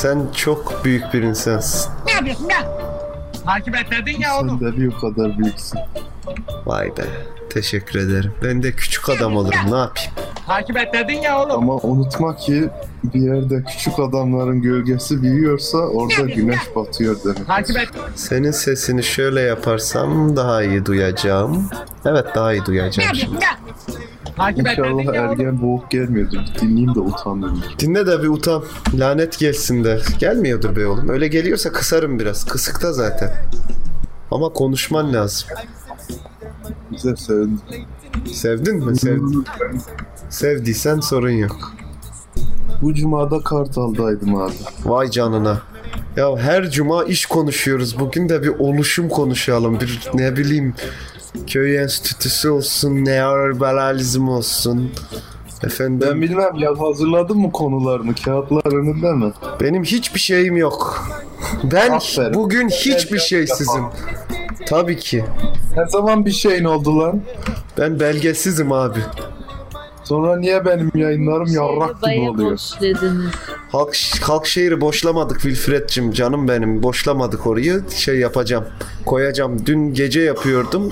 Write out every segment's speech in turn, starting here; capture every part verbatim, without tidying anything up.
Sen çok büyük bir insansın. Ne yapıyorsun be? Takip et dedin ya Sen oğlum. de bir o kadar büyüksün. Vay be. Teşekkür ederim. Ben de küçük adam olurum. Ne yapayım? Takip et dedin ya oğlum. Ama unutma ki bir yerde küçük adamların gölgesi büyüyorsa orada güneş batıyor demek. Takip et. Senin sesini şöyle yaparsam daha iyi duyacağım. Evet, daha iyi Ne duyacağım yapıyorsun şimdi. be? Takip et dedin İnşallah ya oğlum. ergen boğuk gelmiyordur. Dinleyeyim de utanmayayım. Dinle de bir utan. Lanet gelsin de. Gelmiyordur be oğlum. Öyle geliyorsa kısarım biraz. Kısıkta zaten. Ama konuşman lazım. Güzel sevindim. Sevdin mi? Sevdin. Sevdiysen sorun yok. Bu cumada Kartal'daydım abi. Vay canına. Ya her cuma iş konuşuyoruz. Bugün de bir oluşum konuşalım. Bir ne bileyim köy enstitüsü olsun, neoliberalizm olsun. Efendim Ben bilmem ya, hazırladın mı konularını? Kağıtlar önünde mi? benim hiçbir şeyim yok. Ben Aferin. bugün hiçbir Ben- şeysizim. Tabii ki. Her zaman bir şeyin oldu lan. Ben belgesizim abi. Sonra niye benim yayınlarım yarrak gibi Baya oluyor? boşladınız. Halk, halk şehri boşlamadık Wilfred'cim, canım benim. Boşlamadık orayı. Şey yapacağım. Koyacağım. Dün gece yapıyordum.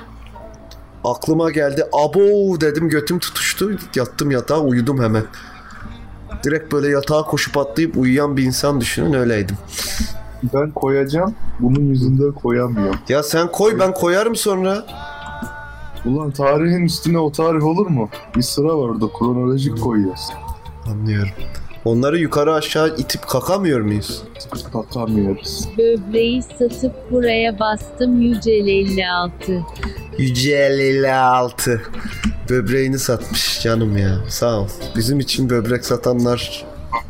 Aklıma geldi. Abo dedim, götüm tutuştu. Yattım yatağa, uyudum hemen. Direkt böyle yatağa koşup atlayıp uyuyan bir insan düşünün, öyleydim. Ben koyacağım. Bunun yüzünden koyamıyorum. Ya sen koy, ben koyarım sonra. Ulan tarihin üstüne o tarih olur mu? Bir sıra var orada, kronolojik koyuyoruz. Anlıyorum. Onları yukarı aşağı itip kakamıyor muyuz? Bakamıyoruz. Böbreği satıp buraya bastım Yücel elli altı. Yüce elli altı. Böbreğini satmış canım ya. Sağ ol. Bizim için böbrek satanlar.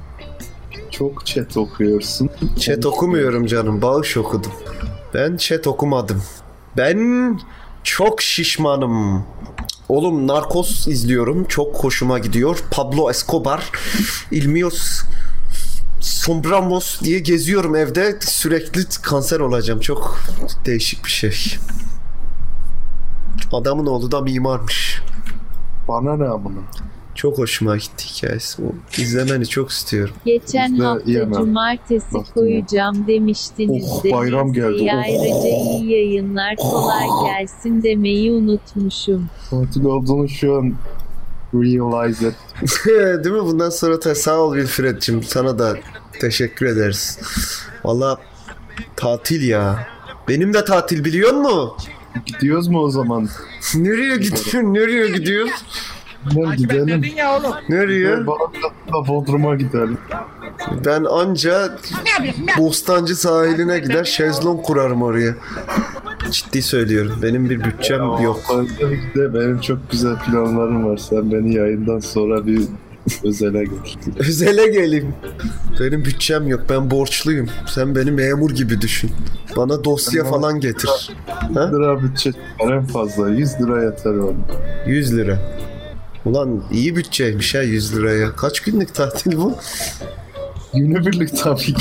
Çok chat okuyorsun. Chat okumuyorum canım. Bağış okudum. Ben chat okumadım. Ben çok şişmanım. Oğlum Narcos izliyorum. Çok hoşuma gidiyor. Pablo Escobar, İlmios Sombramos diye geziyorum evde. Sürekli kanser olacağım. Çok değişik bir şey. Adamın oğlu da mimarmış. Bana ne amına? Çok hoşuma gitti hikayesi. O izlemeni çok istiyorum. Geçen Biz de hafta yemem. cumartesi Baktım koyacağım demiştiniz Oh, de bayram neyse, geldi. Oh. ayrıca iyi yayınlar, kolay gelsin demeyi unutmuşum. Tatil olduğunu şu an realize et. Değil mi? Bundan sonra da sağ ol Wilfred'cim. Sana da teşekkür ederiz. Valla tatil ya. Benim de tatil, biliyor musun? Gidiyoruz mu o zaman? Nereye gidiyorsun? Nereye gidiyorsun? Gel Takip et gidelim. dedin ya oğlum. Nereye? Balıkla Bodrum'a gidelim. Ben anca Ne yapıyorsun be? Bostancı sahiline gider şezlong kurarım oraya. Ciddi söylüyorum. Benim bir bütçem yok. Öncelikle benim çok güzel planlarım var. Sen beni yayından sonra bir özele gör. Özele geleyim. Benim bütçem yok. Ben borçluyum. Sen beni memur gibi düşün. Bana dosya Tamam. falan getir. yüz Ha? lira bütçe çıkar en fazla. yüz lira yeter bana. yüz lira. Ulan iyi bütçeymiş ha yüz liraya. Kaç günlük tatil bu? Günübirlik tabii ki.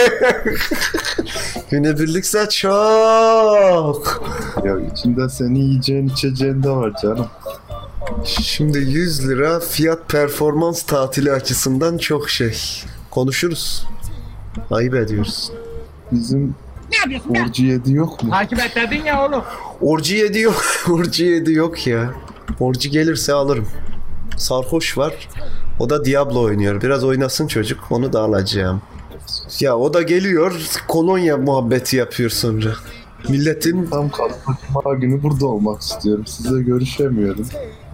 Günübirlikse çok. Ya içinde seni yiyeceğin içeceğin de var canım. Şimdi yüz lira fiyat performans tatili açısından çok şey. Konuşuruz. Ayıp ediyoruz. Bizim Ne yapıyorsun be? orcu yedi yok mu? Takip et dedin ya oğlum. Orcu yedi yok. Orcu yedi yok ya. Orcu gelirse alırım. Sarhoş var. O da Diablo oynuyor. Biraz oynasın çocuk. Onu da alacağım. Ya o da geliyor. Kolonya muhabbeti yapıyor sonra. Milletin Tam kalkma günü burada olmak istiyorum. Size görüşemiyorum.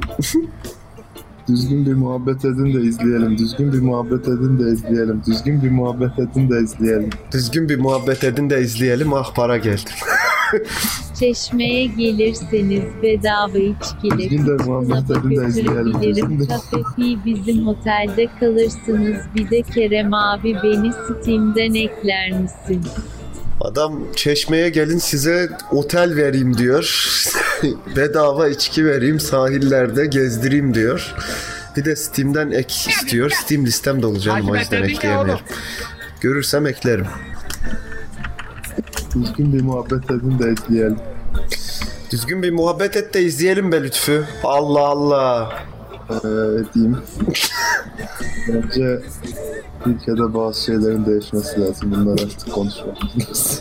Düzgün bir muhabbet edin de izleyelim. Düzgün bir muhabbet edin de izleyelim. Düzgün bir muhabbet edin de izleyelim. düzgün bir muhabbet edin de izleyelim. Ah, para geldi. Çeşmeye gelirseniz bedava içkiler, Düzgün de muhabbet edin de izleyelim. Düzgün götürebilirim. de- Kafefi bizim otelde kalırsınız. Bir de Kerem abi beni Steam'den ekler misin? Adam Çeşme'ye gelin size otel vereyim diyor. Bedava içki vereyim, sahillerde gezdireyim diyor. Bir de Steam'den ek istiyor. Steam listem dolu canım, o yüzden ekleyemiyorum. Görürsem eklerim. Düzgün bir muhabbet edin de izleyelim. Düzgün bir muhabbet et de izleyelim be Lütfü. Allah Allah. Ee, edeyim. Bence ülkede bazı şeylerin değişmesi lazım. Bunlar artık konuşmamız lazım.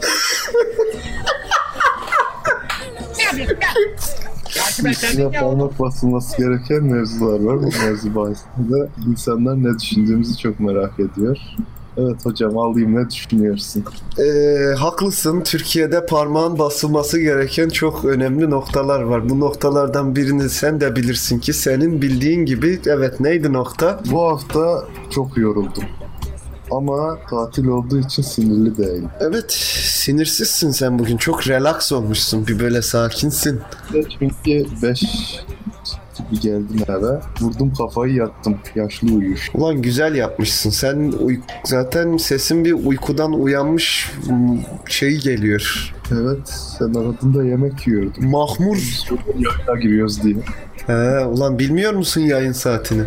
Takip et Üstüne dedin ya oğlum. parmak basılması gereken mevzular var. Bu mevzu bahisinde insanlar ne düşündüğümüzü çok merak ediyor. Evet hocam, alayım, ne düşünüyorsun? Ee, haklısın. Türkiye'de parmağın basılması gereken çok önemli noktalar var. Bu noktalardan birini sen de bilirsin ki senin bildiğin gibi. Evet, neydi nokta? Bu hafta çok yoruldum. Ama tatil olduğu için sinirli değilim. Evet, sinirsizsin sen bugün. Çok relax olmuşsun. Bir böyle sakinsin. Çünkü beş gibi geldim eve. Vurdum kafayı, yattım. Yaşlı uyuyor. Ulan güzel yapmışsın. Sen uy- zaten sesin bir uykudan uyanmış m, şey geliyor. Evet, sen aradığında yemek yiyordum. Mahmur. Yayına giriyoruz diye. He, ulan bilmiyor musun yayın saatini?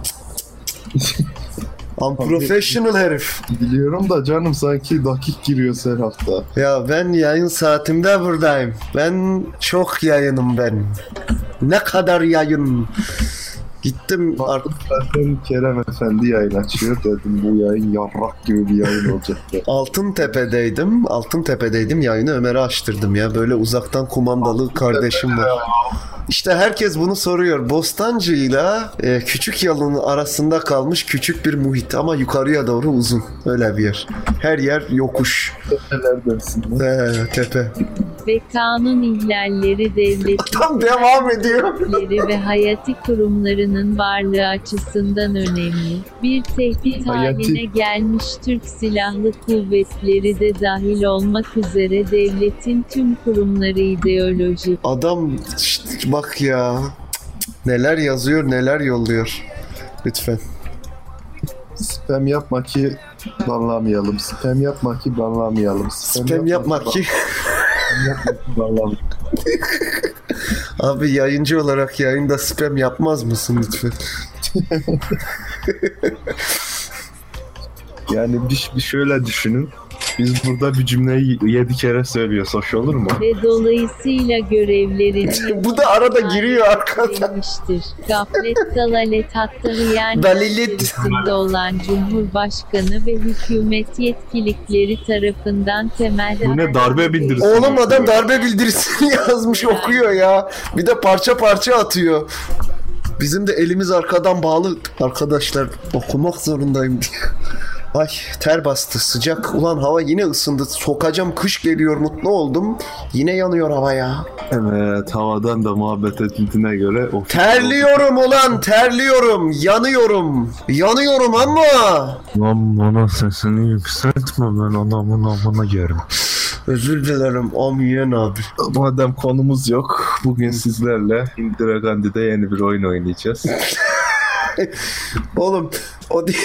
Unprofessional herif. Biliyorum da canım, sanki dakik giriyoruz her hafta. Ya ben yayın saatimde buradayım. Ben çok yayınım ben. Ne kadar yayın. Gittim ar- Zaten Kerem Efendi yayın açıyor, dedim bu yayın yarrak gibi bir yayın olacak. Altıntepe'deydim. Altıntepe'deydim. Yayını Ömer'e açtırdım ya. Böyle uzaktan kumandalı kardeşim var. İşte herkes bunu soruyor. Bostancı'yla e, Küçük Yalı'nın arasında kalmış küçük bir muhit ama yukarıya doğru uzun. Öyle bir yer. Her yer yokuş. Neredensin? Ee, tepe. Ve kanun ihlalleri devletin Tam devam ediyor. devletleri ve hayati kurumlarının varlığı açısından önemli. Bir tehdit Hayati- haline gelmiş Türk Silahlı Kuvvetleri de dahil olmak üzere devletin tüm kurumları ideolojik. Adam şşt, bak ya. Neler yazıyor, neler yolluyor. Lütfen. Spam yapma ki banlamayalım. Spam yapma ki banlamayalım. Spam yapma ki. Banlamayalım. Abi yayıncı olarak yayında spam yapmaz mısın lütfen? Yani bir, bir şöyle düşünün. Biz burada bir cümleyi yedi kere söylüyoruz. Hoş olur mu? Ve dolayısıyla görevlerini Bu da arada giriyor arkada. demiştir. Gaflet dalalet hatta hıyan Dalalet. içerisinde olan Cumhurbaşkanı ve hükümet yetkilileri tarafından temel Bu ne, darbe bildirisi? Oğlum adam darbe bildirisini yazmış okuyor ya. Bir de parça parça atıyor. Bizim de elimiz arkadan bağlı arkadaşlar. Okumak zorundayım diye. Ay ter bastı, sıcak. Ulan hava yine ısındı. Sokacağım, kış geliyor, mutlu oldum. Yine yanıyor hava ya. Evet, havadan da muhabbet edildiğine göre o Terliyorum ulan, terliyorum. Yanıyorum. Yanıyorum ama. Lan bana sesini yükseltme, ben adamın amına gerim. Özür dilerim Amiyen abi. Madem konumuz yok, bugün sizlerle Indira Gandhi'de yeni bir oyun oynayacağız. Oğlum o değil.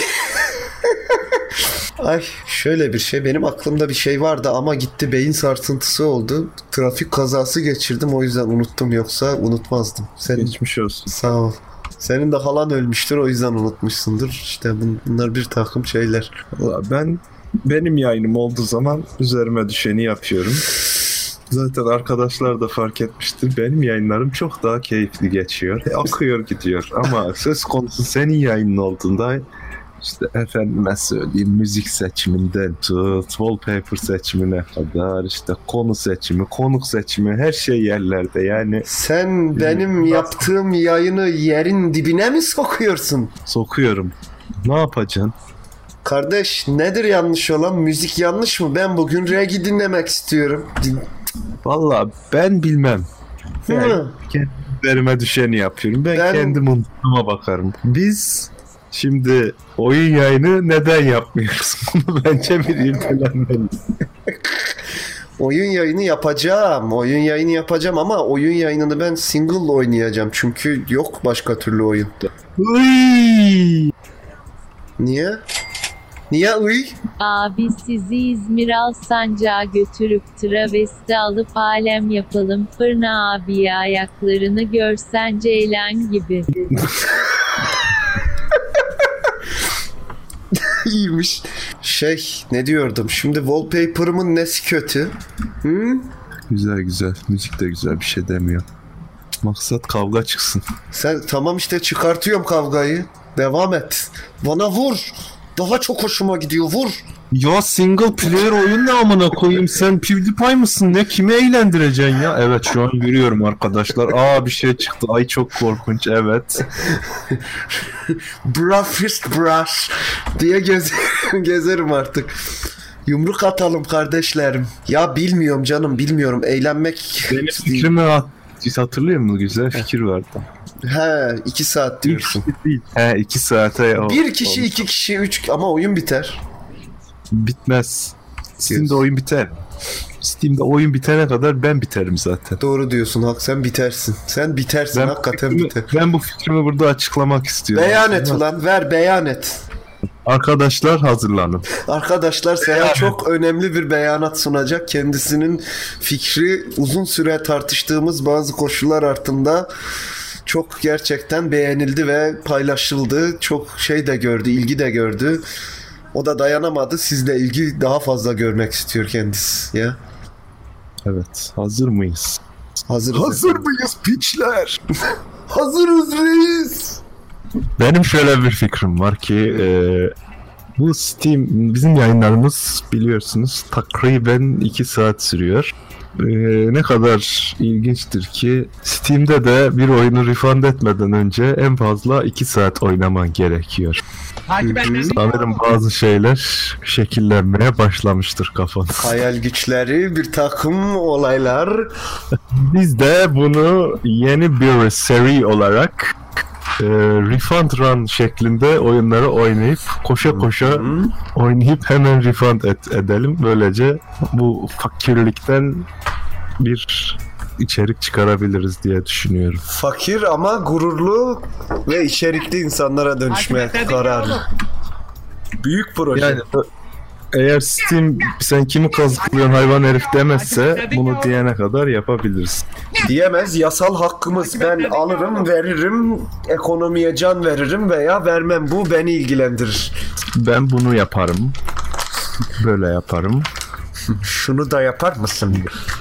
Ay şöyle bir şey, benim aklımda bir şey vardı ama gitti, beyin sarsıntısı oldu. Trafik kazası geçirdim, o yüzden unuttum, yoksa unutmazdım. Senin Geçmiş olsun. sağ ol. Senin de halan ölmüştür, o yüzden unutmuşsundur. İşte bun- bunlar bir takım şeyler. Valla ben, benim yayınım olduğu zaman üzerime düşeni yapıyorum. Zaten arkadaşlar da fark etmiştir. Benim yayınlarım çok daha keyifli geçiyor. E, akıyor gidiyor. Ama söz konusu senin yayının olduğunda işte efendime söyleyeyim, müzik seçiminden tut, wallpaper seçimine kadar, işte konu seçimi, konuk seçimi, her şey yerlerde yani. Sen benim yaptığım yayını yerin dibine mi sokuyorsun? Sokuyorum. Ne yapacaksın? Kardeş nedir yanlış olan? Müzik yanlış mı? Ben bugün reggae dinlemek istiyorum. Din- Valla ben bilmem. Ben Hı. kendi üzerime düşeni yapıyorum. Ben, Ben- kendi mutluluğuma bakarım. Biz şimdi oyun yayını neden yapmıyoruz? Bunu bence bir irdelenmeliyiz. Oyun yayını yapacağım. Oyun yayını yapacağım ama oyun yayınını ben single oynayacağım. Çünkü yok başka türlü oyun. Uy! Niye? Niye uy? Abi sizi İzmir Alsancak'a götürüp travesti alıp alem yapalım. Fırna abi ayaklarını görsen ceylan gibi. İyiymiş. Şey ne diyordum? Şimdi wallpaper'ımın nesi kötü? Hı? Güzel güzel. Müzik de güzel, bir şey demiyor. Maksat kavga çıksın. Sen tamam işte çıkartıyorum kavgayı. Devam et. Bana vur. Daha çok hoşuma gidiyor. Vur. Ya single player oyun ne amına koyayım, sen PewDiePie mısın ne, kimi eğlendireceksin ya? Evet şu an görüyorum arkadaşlar. Aa bir şey çıktı, ay çok korkunç, evet. Bra fist brush diye gezerim, gezerim artık. Yumruk atalım kardeşlerim. Ya bilmiyorum canım, bilmiyorum. Eğlenmek... Benim fikrimi hat hatırlıyor musun? Güzel fikir vardı. He, iki saat diyorsun. Değil. He iki saate. O, bir kişi, o, iki kişi, üç ama oyun biter. Bitmez. Steam'de oyun biter. Steam'de oyun bitene kadar ben biterim zaten. Doğru diyorsun Hak, sen bitersin. Sen bitersin, Ben hakikaten fikrimi, biter. Ben bu fikrimi burada açıklamak istiyorum. Beyan et ulan, ver beyan et. Arkadaşlar hazırlanın. Arkadaşlar Seyhan çok önemli bir beyanat sunacak. Kendisinin fikri uzun süre tartıştığımız bazı koşullar altında çok gerçekten beğenildi ve paylaşıldı. Çok şey de gördü, ilgi de gördü. O da dayanamadı. Sizle ilgi daha fazla görmek istiyor kendisi. Ya. Evet. Hazır mıyız? Hazırız. Hazır efendim. mıyız piçler? Hazırız reis. Benim şöyle bir fikrim var ki e, bu Steam bizim yayınlarımız biliyorsunuz takriben iki saat sürüyor. E, ne kadar ilginçtir ki Steam'de de bir oyunu refund etmeden önce en fazla iki saat oynaman gerekiyor. Takip etmedin ya Sanırım oğlum. bazı şeyler şekillenmeye başlamıştır kafanız. Hayal güçleri, bir takım olaylar. Biz de bunu yeni bir seri olarak e, refund run şeklinde oyunları oynayıp koşa koşa Hı. oynayıp hemen refund et, edelim. Böylece bu fakirlikten bir içerik çıkarabiliriz diye düşünüyorum. Fakir ama gururlu ve içerikli insanlara dönüşmeye Takip etmedin ya kararlı. oğlum. Büyük proje. Yani eğer Steam sen kimi kazıklıyorsun hayvan herif demezse bunu diyene kadar yapabiliriz. Diyemez, yasal hakkımız. Ben alırım, veririm, ekonomiye can veririm veya vermem. Bu beni ilgilendirir. Ben bunu yaparım. Böyle yaparım. Şunu da yapar mısın?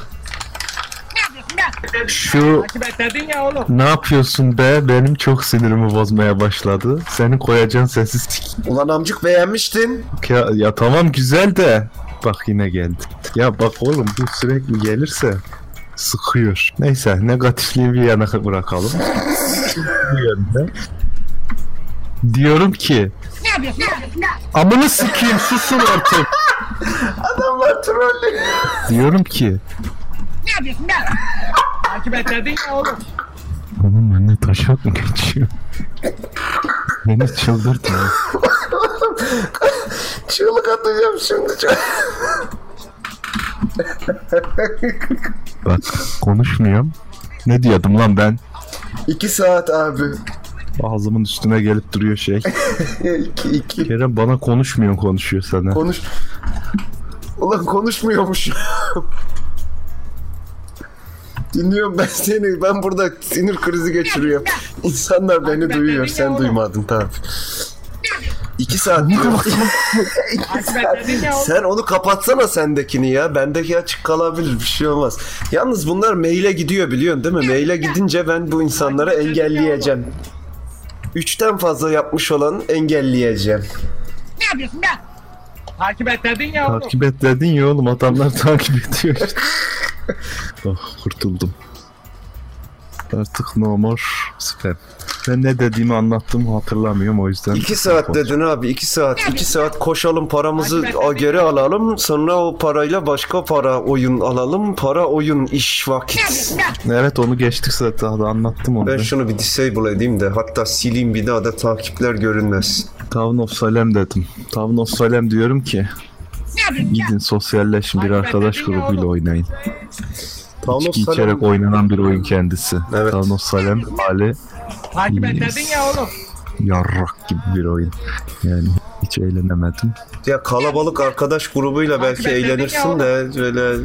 Şu Takip etmedin ya oğlum. ne yapıyorsun be? Benim çok sinirimi bozmaya başladı. Senin koyacağın sesi sik. Ulan amcık beğenmiştin. Ya, ya tamam güzel de. Bak yine geldi. Ya bak oğlum bu sürekli gelirse sıkıyor. Neyse negatifliği bir yana bırakalım. Bu yönde. Diyorum ki Ne yapıyorsun? Ne yapıyorsun? amını sikeyim susun artık. Adamlar trollü. Diyorum ki Ne yapıyorsun? Ne? Takip etmedin ya oğlum. onun önüne taşak mı geçiyor? Beni çıldırtma. Çığlık atacağım şimdi. Bak konuşmuyorum. Ne diyordum lan ben? İki saat abi. Ağzımın üstüne gelip duruyor şey. iki, iki. Kerem bana konuşmuyor konuşuyor sana. Konuş. Ulan konuşmuyormuş. Dinliyorum ben seni. Ben burada sinir krizi geçiriyorum. İnsanlar beni duyuyor. Sen duymadın tabii. İki saat diyor. Takip etmedin ya oğlum. Sen onu kapatsana sendekini ya. Bendeki açık kalabilir. Bir şey olmaz. Yalnız bunlar maile gidiyor biliyorsun değil mi? Maile gidince ben bu insanları engelleyeceğim. Üçten fazla yapmış olanı engelleyeceğim. Ne yapıyorsun? Ne? Takip etmedin ya oğlum. Takip et dedin ya oğlum, adamlar takip ediyor. Oh kurtuldum. Artık no more spam. Ben ne dediğimi anlattım hatırlamıyorum o yüzden. İki saat dedin abi. iki saat. iki saat koşalım, paramızı geri alalım. Sonra o parayla başka para oyun alalım. Para oyun iş vakit. Evet onu geçtik zaten, daha anlattım onu. Ben şunu bir disable edeyim de hatta sileyim, bir daha da takipler görünmez. Town of Salem dedim. Town of Salem diyorum ki gidin sosyalleşin, bir arkadaş grubuyla oynayın. Town of İçki Salem. içerek oynanan bir oyun kendisi. Evet. Town of Salem hali Takip etmedin ya oğlum. yarrak gibi bir oyun. Yani hiç eğlenemedim. Ya kalabalık arkadaş grubuyla belki Takip etmedin eğlenirsin ya de böyle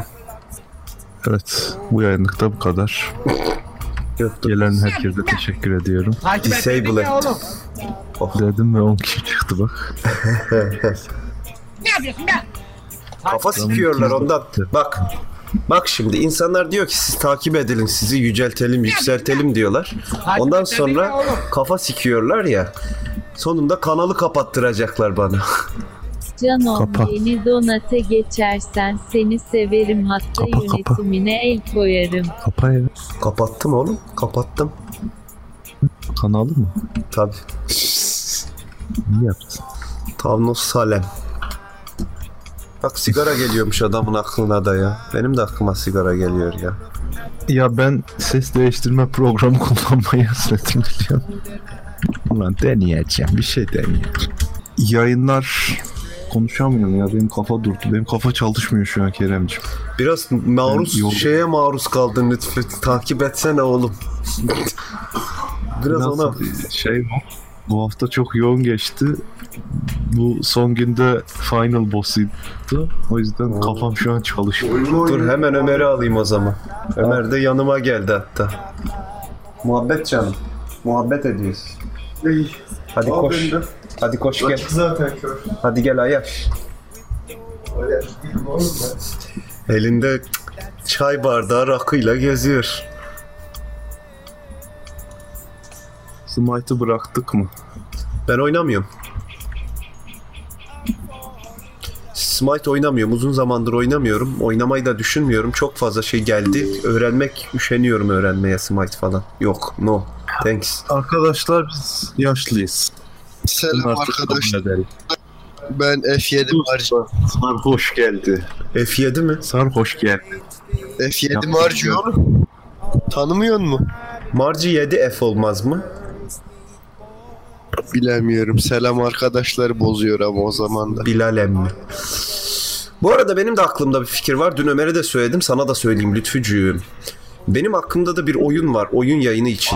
Evet bu yayınlıkta bu kadar. yoktu. Gelen herkese teşekkür ediyorum. Takip etmedin Disable ya et. oğlum. Dedim ve on kişi çıktı bak. Ne yapıyorsun? Ne? Kafa sikiyorlar ondan. Bak. Bak şimdi insanlar diyor ki siz takip edilin, sizi yüceltelim, yükseltelim diyorlar. Ondan sonra kafa sikiyorlar ya. Sonunda kanalı kapattıracaklar bana. Canon Kapa. beni donate geçersen seni severim hatta Kapa, kapa. yönetimine el koyarım. Kapa ya. Kapattım oğlum. Kapattım. Kanalı mı? Tabii. Ne yaptın? Tavnos Salem. Bak sigara geliyormuş adamın aklına da ya. Benim de aklıma sigara geliyor ya. Ya ben ses değiştirme programı kullanmayı özledim biliyorum. Ulan deneyeceğim. Bir şey deneyeceğim. Yayınlar konuşamıyorum ya. Benim kafa durdu. Benim kafa çalışmıyor şu an Keremciğim. Biraz maruz Ben yol- şeye maruz kaldın lütfen. Takip etsene oğlum. Biraz Biraz ona şey bu hafta çok yoğun geçti. Bu son günde final boss'uydu. O yüzden kafam şu an çalışıyor. dur hemen Ömer'i alayım o zaman. Ömer de yanıma geldi hatta. Muhabbet canım. Muhabbet ediyoruz. Hadi koş. Hadi koş gel. Zaten kör. Hadi gel Ayaş. Elinde çay bardağı rakıyla geziyor. Smite'ı bıraktık mı? Ben oynamıyorum. Smite oynamıyorum. Uzun zamandır oynamıyorum. Oynamayı da düşünmüyorum. Çok fazla şey geldi. Öğrenmek, üşeniyorum öğrenmeye Smite falan. Yok, no. Thanks. Arkadaşlar biz yaşlıyız. Selam Bunu artık arkadaşlar. kabul edelim. Ben F yedi Marci. Sarhoş geldi. F yedi mi? Sarhoş geldi. F yedi Yapma. Marci oğlum. Tanımıyor musun? Marci yedi F olmaz mı? Bilemiyorum. Selam arkadaşları bozuyor ama o zaman da. Bilal emmi. Bu arada benim de aklımda bir fikir var. Dün Ömer'e de söyledim. Sana da söyleyeyim Lütfücüğüm. Benim aklımda da bir oyun var. Oyun yayını için.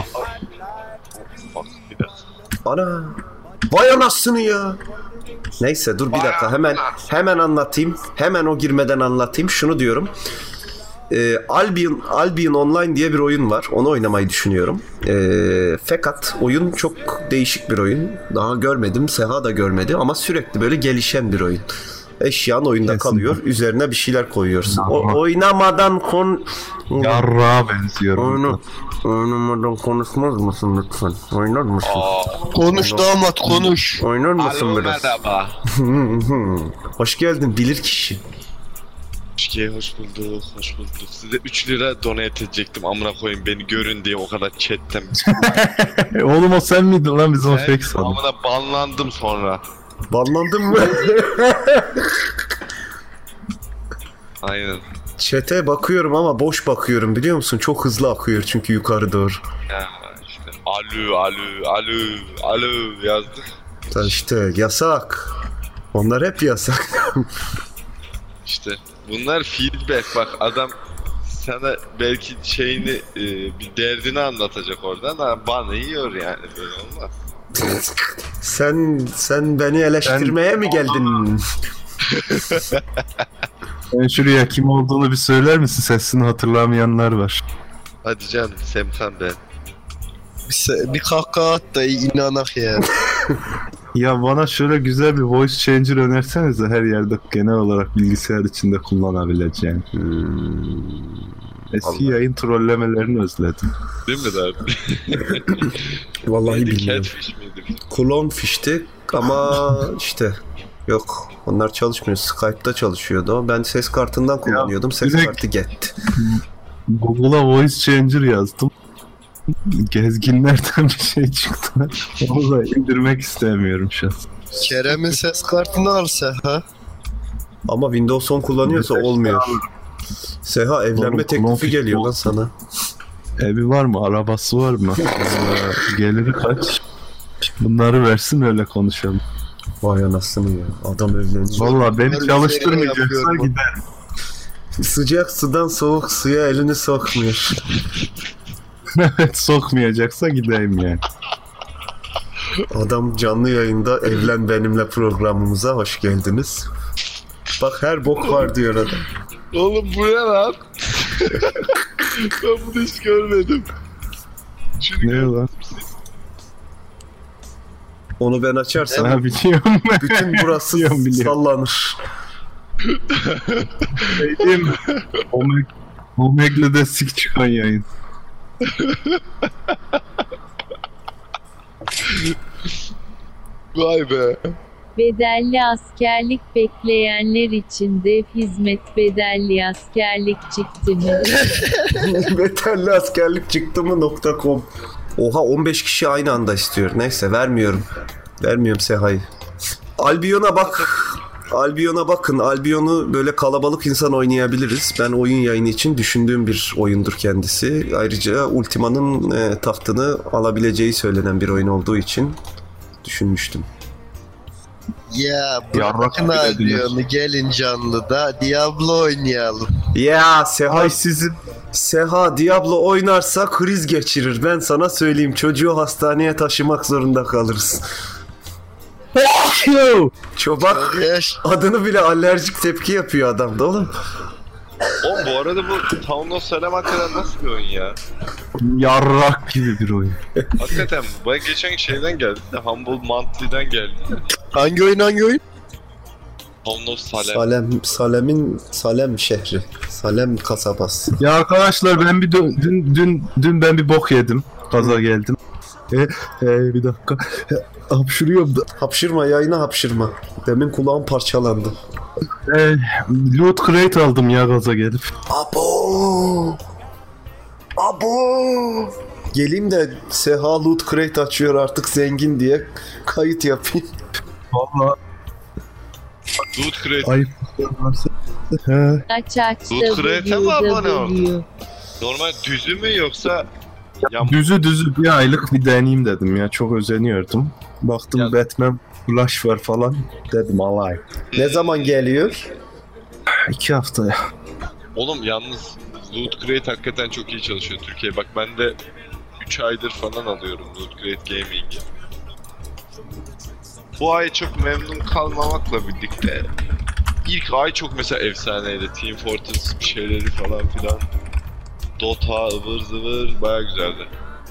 Ana. Vay anasını ya. Neyse dur bir dakika. Hemen hemen anlatayım. Hemen o girmeden anlatayım. Şunu diyorum. Ee, Albion, Albion Online diye bir oyun var. Onu oynamayı düşünüyorum. Ee, fakat oyun çok değişik bir oyun. Daha görmedim. Seha da görmedi ama sürekli böyle gelişen bir oyun. Eşyan oyunda Kesin. kalıyor. Üzerine bir şeyler koyuyorsun. Aha. O, oynamadan kon... Yarrağa benziyor. Oyunu, oynamadan konuşmaz mısın lütfen? Oynar mısın? Konuş damat konuş. Oynar mısın Alo biraz? merhaba. Hoş geldin bilir kişi. Hoş, hoş bulduk, hoş bulduk. Size üç lira donate edecektim amına koyayım beni görün diye o kadar chatten. Oğlum o sen miydin lan bizim o Ben fake sandım. amına banlandım sonra. Banlandın mı? Aynen. Chat'e bakıyorum ama boş bakıyorum biliyor musun? Çok hızlı akıyor çünkü yukarı doğru. Ya işte alo alo alo alo yazdık. Da işte yasak. Onlar hep yasak. İşte bunlar feedback bak adam sana belki şeyini e, bir derdini anlatacak oradan ama bana yiyor yani böyle olmaz. sen sen beni eleştirmeye mi geldin? Sen şuraya kim olduğunu bir söyler misin? Sesini hatırlamayanlar var. Hadi canım Semkan ben. Bir, se- bir kahkaha at da inanak ya. Ya bana şöyle güzel bir voice changer önersenize her yerde genel olarak bilgisayar içinde kullanabileceğim. Eski Allah. yayın trollemelerini özledim. Değil mi abi? Vallahi Neydi, bilmiyorum. Catfish miydi? Clownfish'ti ama işte yok. Onlar çalışmıyor. Skype'da çalışıyordu o. Ben ses kartından kullanıyordum. Ses direkt- kartı gitti. Google'a voice changer yazdım. Gezginlerden bir şey çıktı. Onu da indirmek istemiyorum şu an. Kerem'in ses kartını alsa ha. Ama Windows on kullanıyorsa olmuyor. Seha evlenme Oğlum, teklifi Clownfish geliyor lan olsun. sana. Evi var mı? Arabası var mı? Ee, Geliri kaç? Bunları versin öyle konuşalım. Vay anasını ya. Adam evlenecek. Valla beni Bunları çalıştırmayacaksa yapıyorum. gider. Sıcak sudan soğuk suya elini sokmuyor. Evet sokmayacaksa gideyim yani. Adam canlı yayında Evlen Benimle programımıza hoş geldiniz. Bak her bok var diyor adam. Oğlum bu ne lan? Ben bunu hiç görmedim. Şunu Ne lan? Onu ben açarsam Ha biliyorum. bütün burası Biliyorum, biliyorum. sallanır. Değil mi? Omeg Omegle'de sik çıkan yayın. Vay be. Bedelli askerlik bekleyenler için dev hizmet bedelli askerlik çıktı mı? Bedelli askerlik çıktı mı nokta com. Oha on beş kişi aynı anda istiyor. Neyse vermiyorum. Vermiyorum Seha'yı. Albion'a bak. Albion'a bakın. Albion'u böyle kalabalık insan oynayabiliriz. Ben oyun yayını için düşündüğüm bir oyundur kendisi. Ayrıca Ultima'nın e, tahtını alabileceği söylenen bir oyun olduğu için düşünmüştüm. Ya Yarrak bırakın bile Albion'u gelin canlıda Diablo oynayalım. Ya Seha, Ay sizin Seha Diablo oynarsa kriz geçirir. Ben sana söyleyeyim. Çocuğu hastaneye taşımak zorunda kalırız. Çobak Yaş. adını bile alerjik tepki yapıyor adam da oğlum. Oğlum bu arada bu Town of Salem hakikaten nasıl bir oyun ya? yarrak gibi bir oyun. Hakikaten ben geçen şeyden geldi de Humble Monthly'den geldi. Hangi oyun hangi oyun? Town of Salem. Salem, Salem'in Salem şehri. Salem kasabası. Ya arkadaşlar ben bir dün dün dün, dün ben bir bok yedim. Kaza geldim. E, e, bir dakika. E, hapşırıyorum da. Hapşırma yayına hapşırma. Demin kulağım parçalandı. E, loot crate aldım ya gaza gelip. Abo! Abo! Geleyim de Seha Loot Crate açıyor artık zengin diye kayıt yapayım. Vallahi Loot Crate. ayıp. He. Aç aç Loot Crate'e mi abone oldun? W. Normal düzü mü yoksa yan... Düzü düzü bir aylık bir deneyeyim dedim ya. Çok özeniyordum. Baktım Ya- Batman Flash var falan. Dedim alay. Ne zaman geliyor? İki haftaya. Oğlum yalnız Loot Crate hakikaten çok iyi çalışıyor Türkiye. Bak ben de üç aydır falan alıyorum Loot Crate Gaming'i. Bu ay çok memnun kalmamakla birlikte ilk ay çok mesela efsaneydi. Team Fortress bir şeyleri falan filan. Dota, ıvır zıvır baya güzeldi.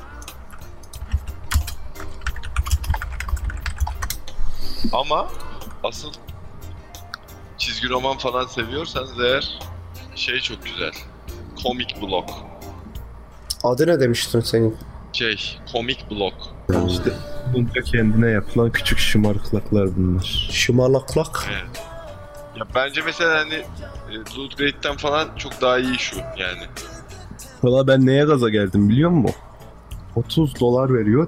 Ama asıl çizgi roman falan seviyorsanız eğer şey çok güzel. Comic Block. Adı ne demiştin senin? Şey, Comic Block. İşte bunca kendine yapılan küçük şımarıklıklar bunlar. Şımarlaklak. Evet. Ya bence mesela hani e, Loot Crate'den falan çok daha iyi şu yani. Valla ben neye gaza geldim biliyor musun? otuz dolar veriyor.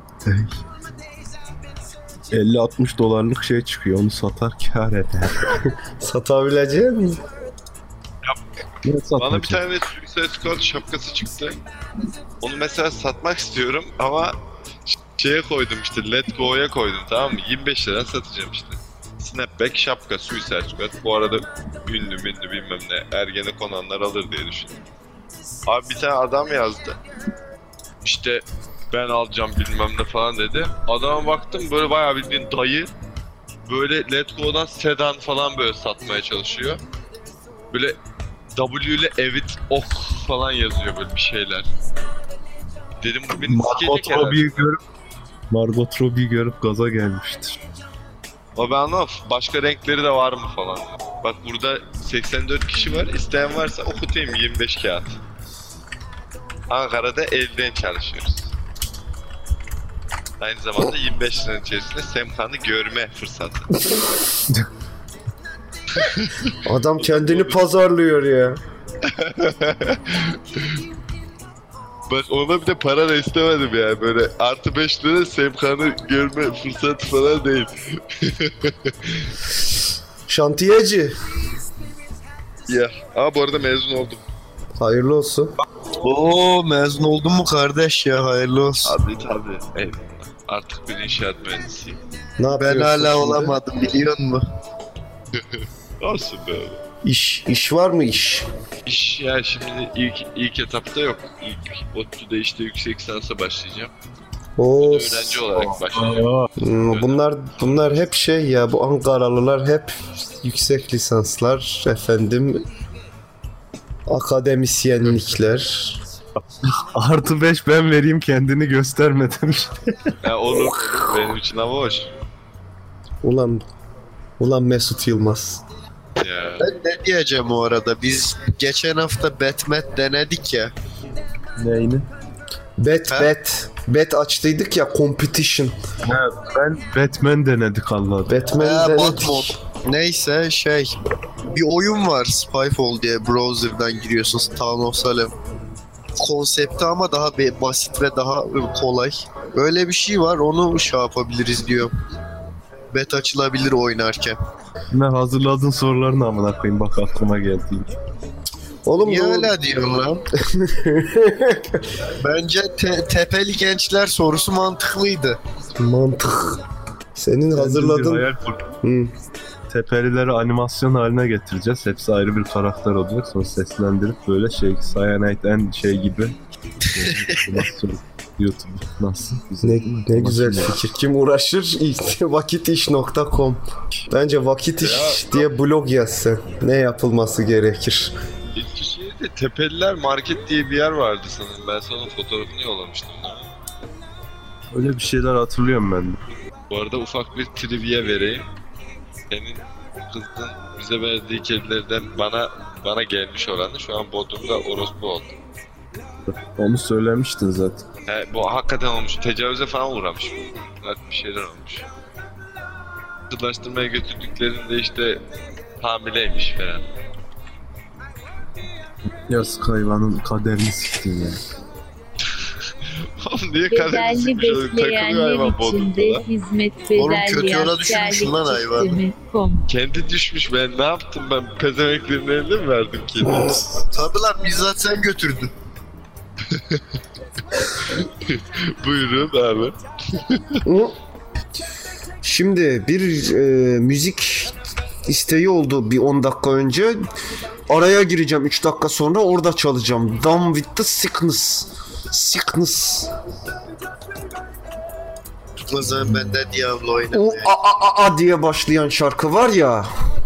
elli altmış dolarlık şey çıkıyor. Onu satar kâr eder. Satabilecek misin? Ne Bana satacak? bir tane Suicide Squad şapkası çıktı. Onu mesela satmak istiyorum ama ş- şeye koydum işte Let Go'ya koydum, tamam mı? yirmi beş liradan satacağım işte. Snapback şapka Suicide Squad. Bu arada ünlü münlü bilmem ne Ergenekonanlar alır diye düşündüm. Abi bir tane adam yazdı. İşte ben alacağım bilmem ne falan dedi. Adama baktım böyle bayağı bildiğin dayı. Böyle Let Go'dan sedan falan böyle satmaya çalışıyor. Böyle W ile Evit Ok falan yazıyor böyle bir şeyler. Dedim bu beni Margot sikecek herhalde. Robbie'yi görüp Margot Robbie'yi görüp gaza gelmiştir. Ama ben anlamam. Başka renkleri de var mı falan. Bak burada seksen dört kişi var. İsteyen varsa okutayım yirmi beş kağıt. Ankara'da elden çalışıyoruz. Aynı zamanda yirmi beş liranın içerisinde Semkan'ı görme fırsatı. Adam kendini pazarlıyor ya. Bak ona bir de para da istemedim yani, böyle artı beş lira Semkan'ı görme fırsatı falan değil. Şantiyeci. Ya ama bu arada mezun oldum. Hayırlı olsun. Oo mezun oldun mu kardeş ya, hayırlı olsun. Abi tabi. Evet. Artık bir inşaat mühendisiyim. Ne Ben yapıyorsun hala şimdi? olamadım biliyor musun? Olsun be. İş, iş var mı iş? İş ya şimdi ilk ilk etapta yok. İlk ODTÜ'de işte yüksek lisansa başlayacağım. Oo, Öğrenci olarak başlayacağım. hmm, bunlar bunlar hep şey ya, bu Ankaralılar hep yüksek lisanslar efendim, akademisyenlikler. Artı beş ben vereyim kendini göstermedim. Ya olur, benim için hava hoş. Ulan ulan Mesut Yılmaz. Ya. Ben ne diyeceğim o arada, biz geçen hafta Batman denedik ya. Neyini? Bet Ha? bet. Bet açtıydık ya, competition. Evet, ben Batman denedik Allah'ım. Batman Ee, denedik. Batmod. Neyse şey bir oyun var Spyfall diye, browser'dan giriyorsun, Town of Salem. Konsepti ama daha be- basit ve daha kolay. Böyle bir şey var, onu şey yapabiliriz diyor. Bet açılabilir oynarken. Ne hazırladığın sorularını amına koyayım, bak aklıma geldi. Oğlum Niye bu- öyle diyorsun lan? Bence te- tepeli gençler sorusu mantıklıydı. mantık. Senin Bir hazırladığın... hayal kurdum. Hı. Tepelileri animasyon haline getireceğiz. Hepsi ayrı bir karakter olacak. Sonra seslendirip böyle şey, Cyanide en şey gibi. Animasyon YouTube nasıl? Güzel, Ne, değil mi? ne güzel Animasyon fikir. Kim uğraşır? vakitiş nokta com. Bence vakitiş diye blog yazsın. Ne yapılması gerekir? Eskişehir'de Tepeliler Market diye bir yer vardı sanırım. Ben sana fotoğrafını yollamıştım. Öyle bir şeyler hatırlıyorum ben de. Bu arada ufak bir trivia vereyim. Senin kızın bize verdiği kedilerden bana bana gelmiş olanı şu an Bodrum'da orospu oldu. Onu söylemiştin zaten. He, bu hakikaten olmuş. Tecavüze falan uğramış. Bunlar bir şeyler olmuş. Kızlaştırmaya götürdüklerinde işte hamileymiş falan. Yazık hayvanın kaderini siktin ya. Oğlum niye kadar Bedelli sıkmış olduk? Takılıyor bekleyenler hayvan için Bodrum'da de lan. hizmet Oğlum kötü bedelli yola düşürmüş lan hayvan. askerlik com. Kendi düşmüş, ben ne yaptım, ben pezemeklerin eline mi verdim kedi? Tabi lan, bizzat sen götürdün. Buyurun abi. Şimdi bir e, müzik isteği oldu bir on dakika önce. Araya gireceğim üç dakika sonra, orada çalacağım. Down with the sickness. Sickness. O zaman ben de Diablo O oynamaya. a a a a diye başlayan şarkı var ya.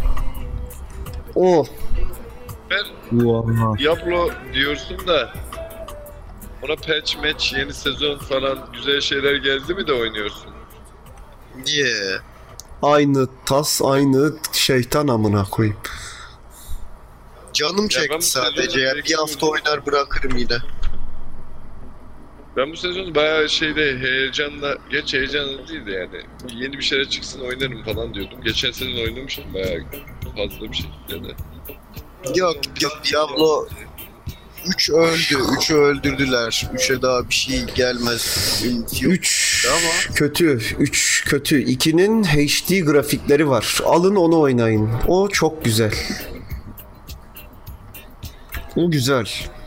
O. Ben Vallahi. Diablo diyorsun da ona patch match, yeni sezon falan güzel şeyler geldi mi de oynuyorsun? Niye? Aynı tas, aynı şeytan amına koyayım. Canım ben bu çekti sadece sezonu ya. Bir hafta oynar bırakırım yine. Ben bu sezon bayağı şeyde heyecanla, geç heyecanlı değildi yani. Yeni bir şeyler çıksın oynarım falan diyordum. Geçen sezon oynamıştım bayağı fazla bir şekilde de. Yok yok, Diablo üç öldü. üçü öldürdüler. üçe daha bir şey gelmez. Ümit yok. üç Ama- kötü, üç kötü. ikinin H D grafikleri var. Alın onu oynayın. O çok güzel. O güzel.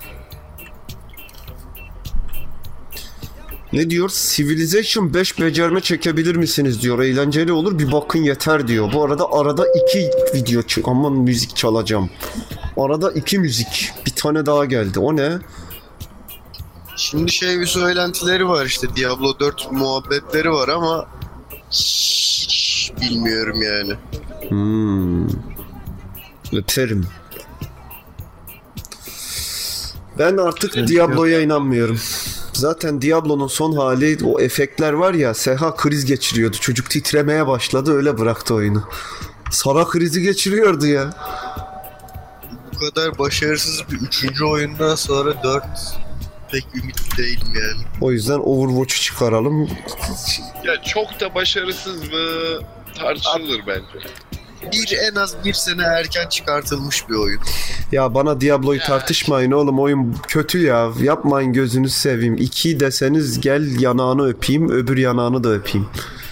Ne diyor? Civilization beş becerme çekebilir misiniz diyor. Eğlenceli olur, bir bakın yeter diyor. Bu arada arada iki video çık. Aman müzik çalacağım. Arada iki müzik. Bir tane daha geldi. O ne? Şimdi şey, bir söylentileri var işte, Diablo dört muhabbetleri var ama hiç bilmiyorum yani. Hmm. Öterim. Ben artık Diablo'ya inanmıyorum. Zaten Diablo'nun son hali, o efektler var ya, Seha kriz geçiriyordu. Çocuk titremeye başladı, öyle bıraktı oyunu. Sara krizi geçiriyordu ya. Bu kadar başarısız bir üçüncü oyundan sonra dört pek ümitli değilim yani. O yüzden Overwatch'u çıkaralım. Ya çok da başarısız mı tartışılır bence. Bir en az bir sene erken çıkartılmış bir oyun. Ya bana Diablo'yu tartışmayın oğlum, oyun kötü ya. Yapmayın, gözünüzü seveyim. İki deseniz gel yanağını öpeyim, öbür yanağını da öpeyim.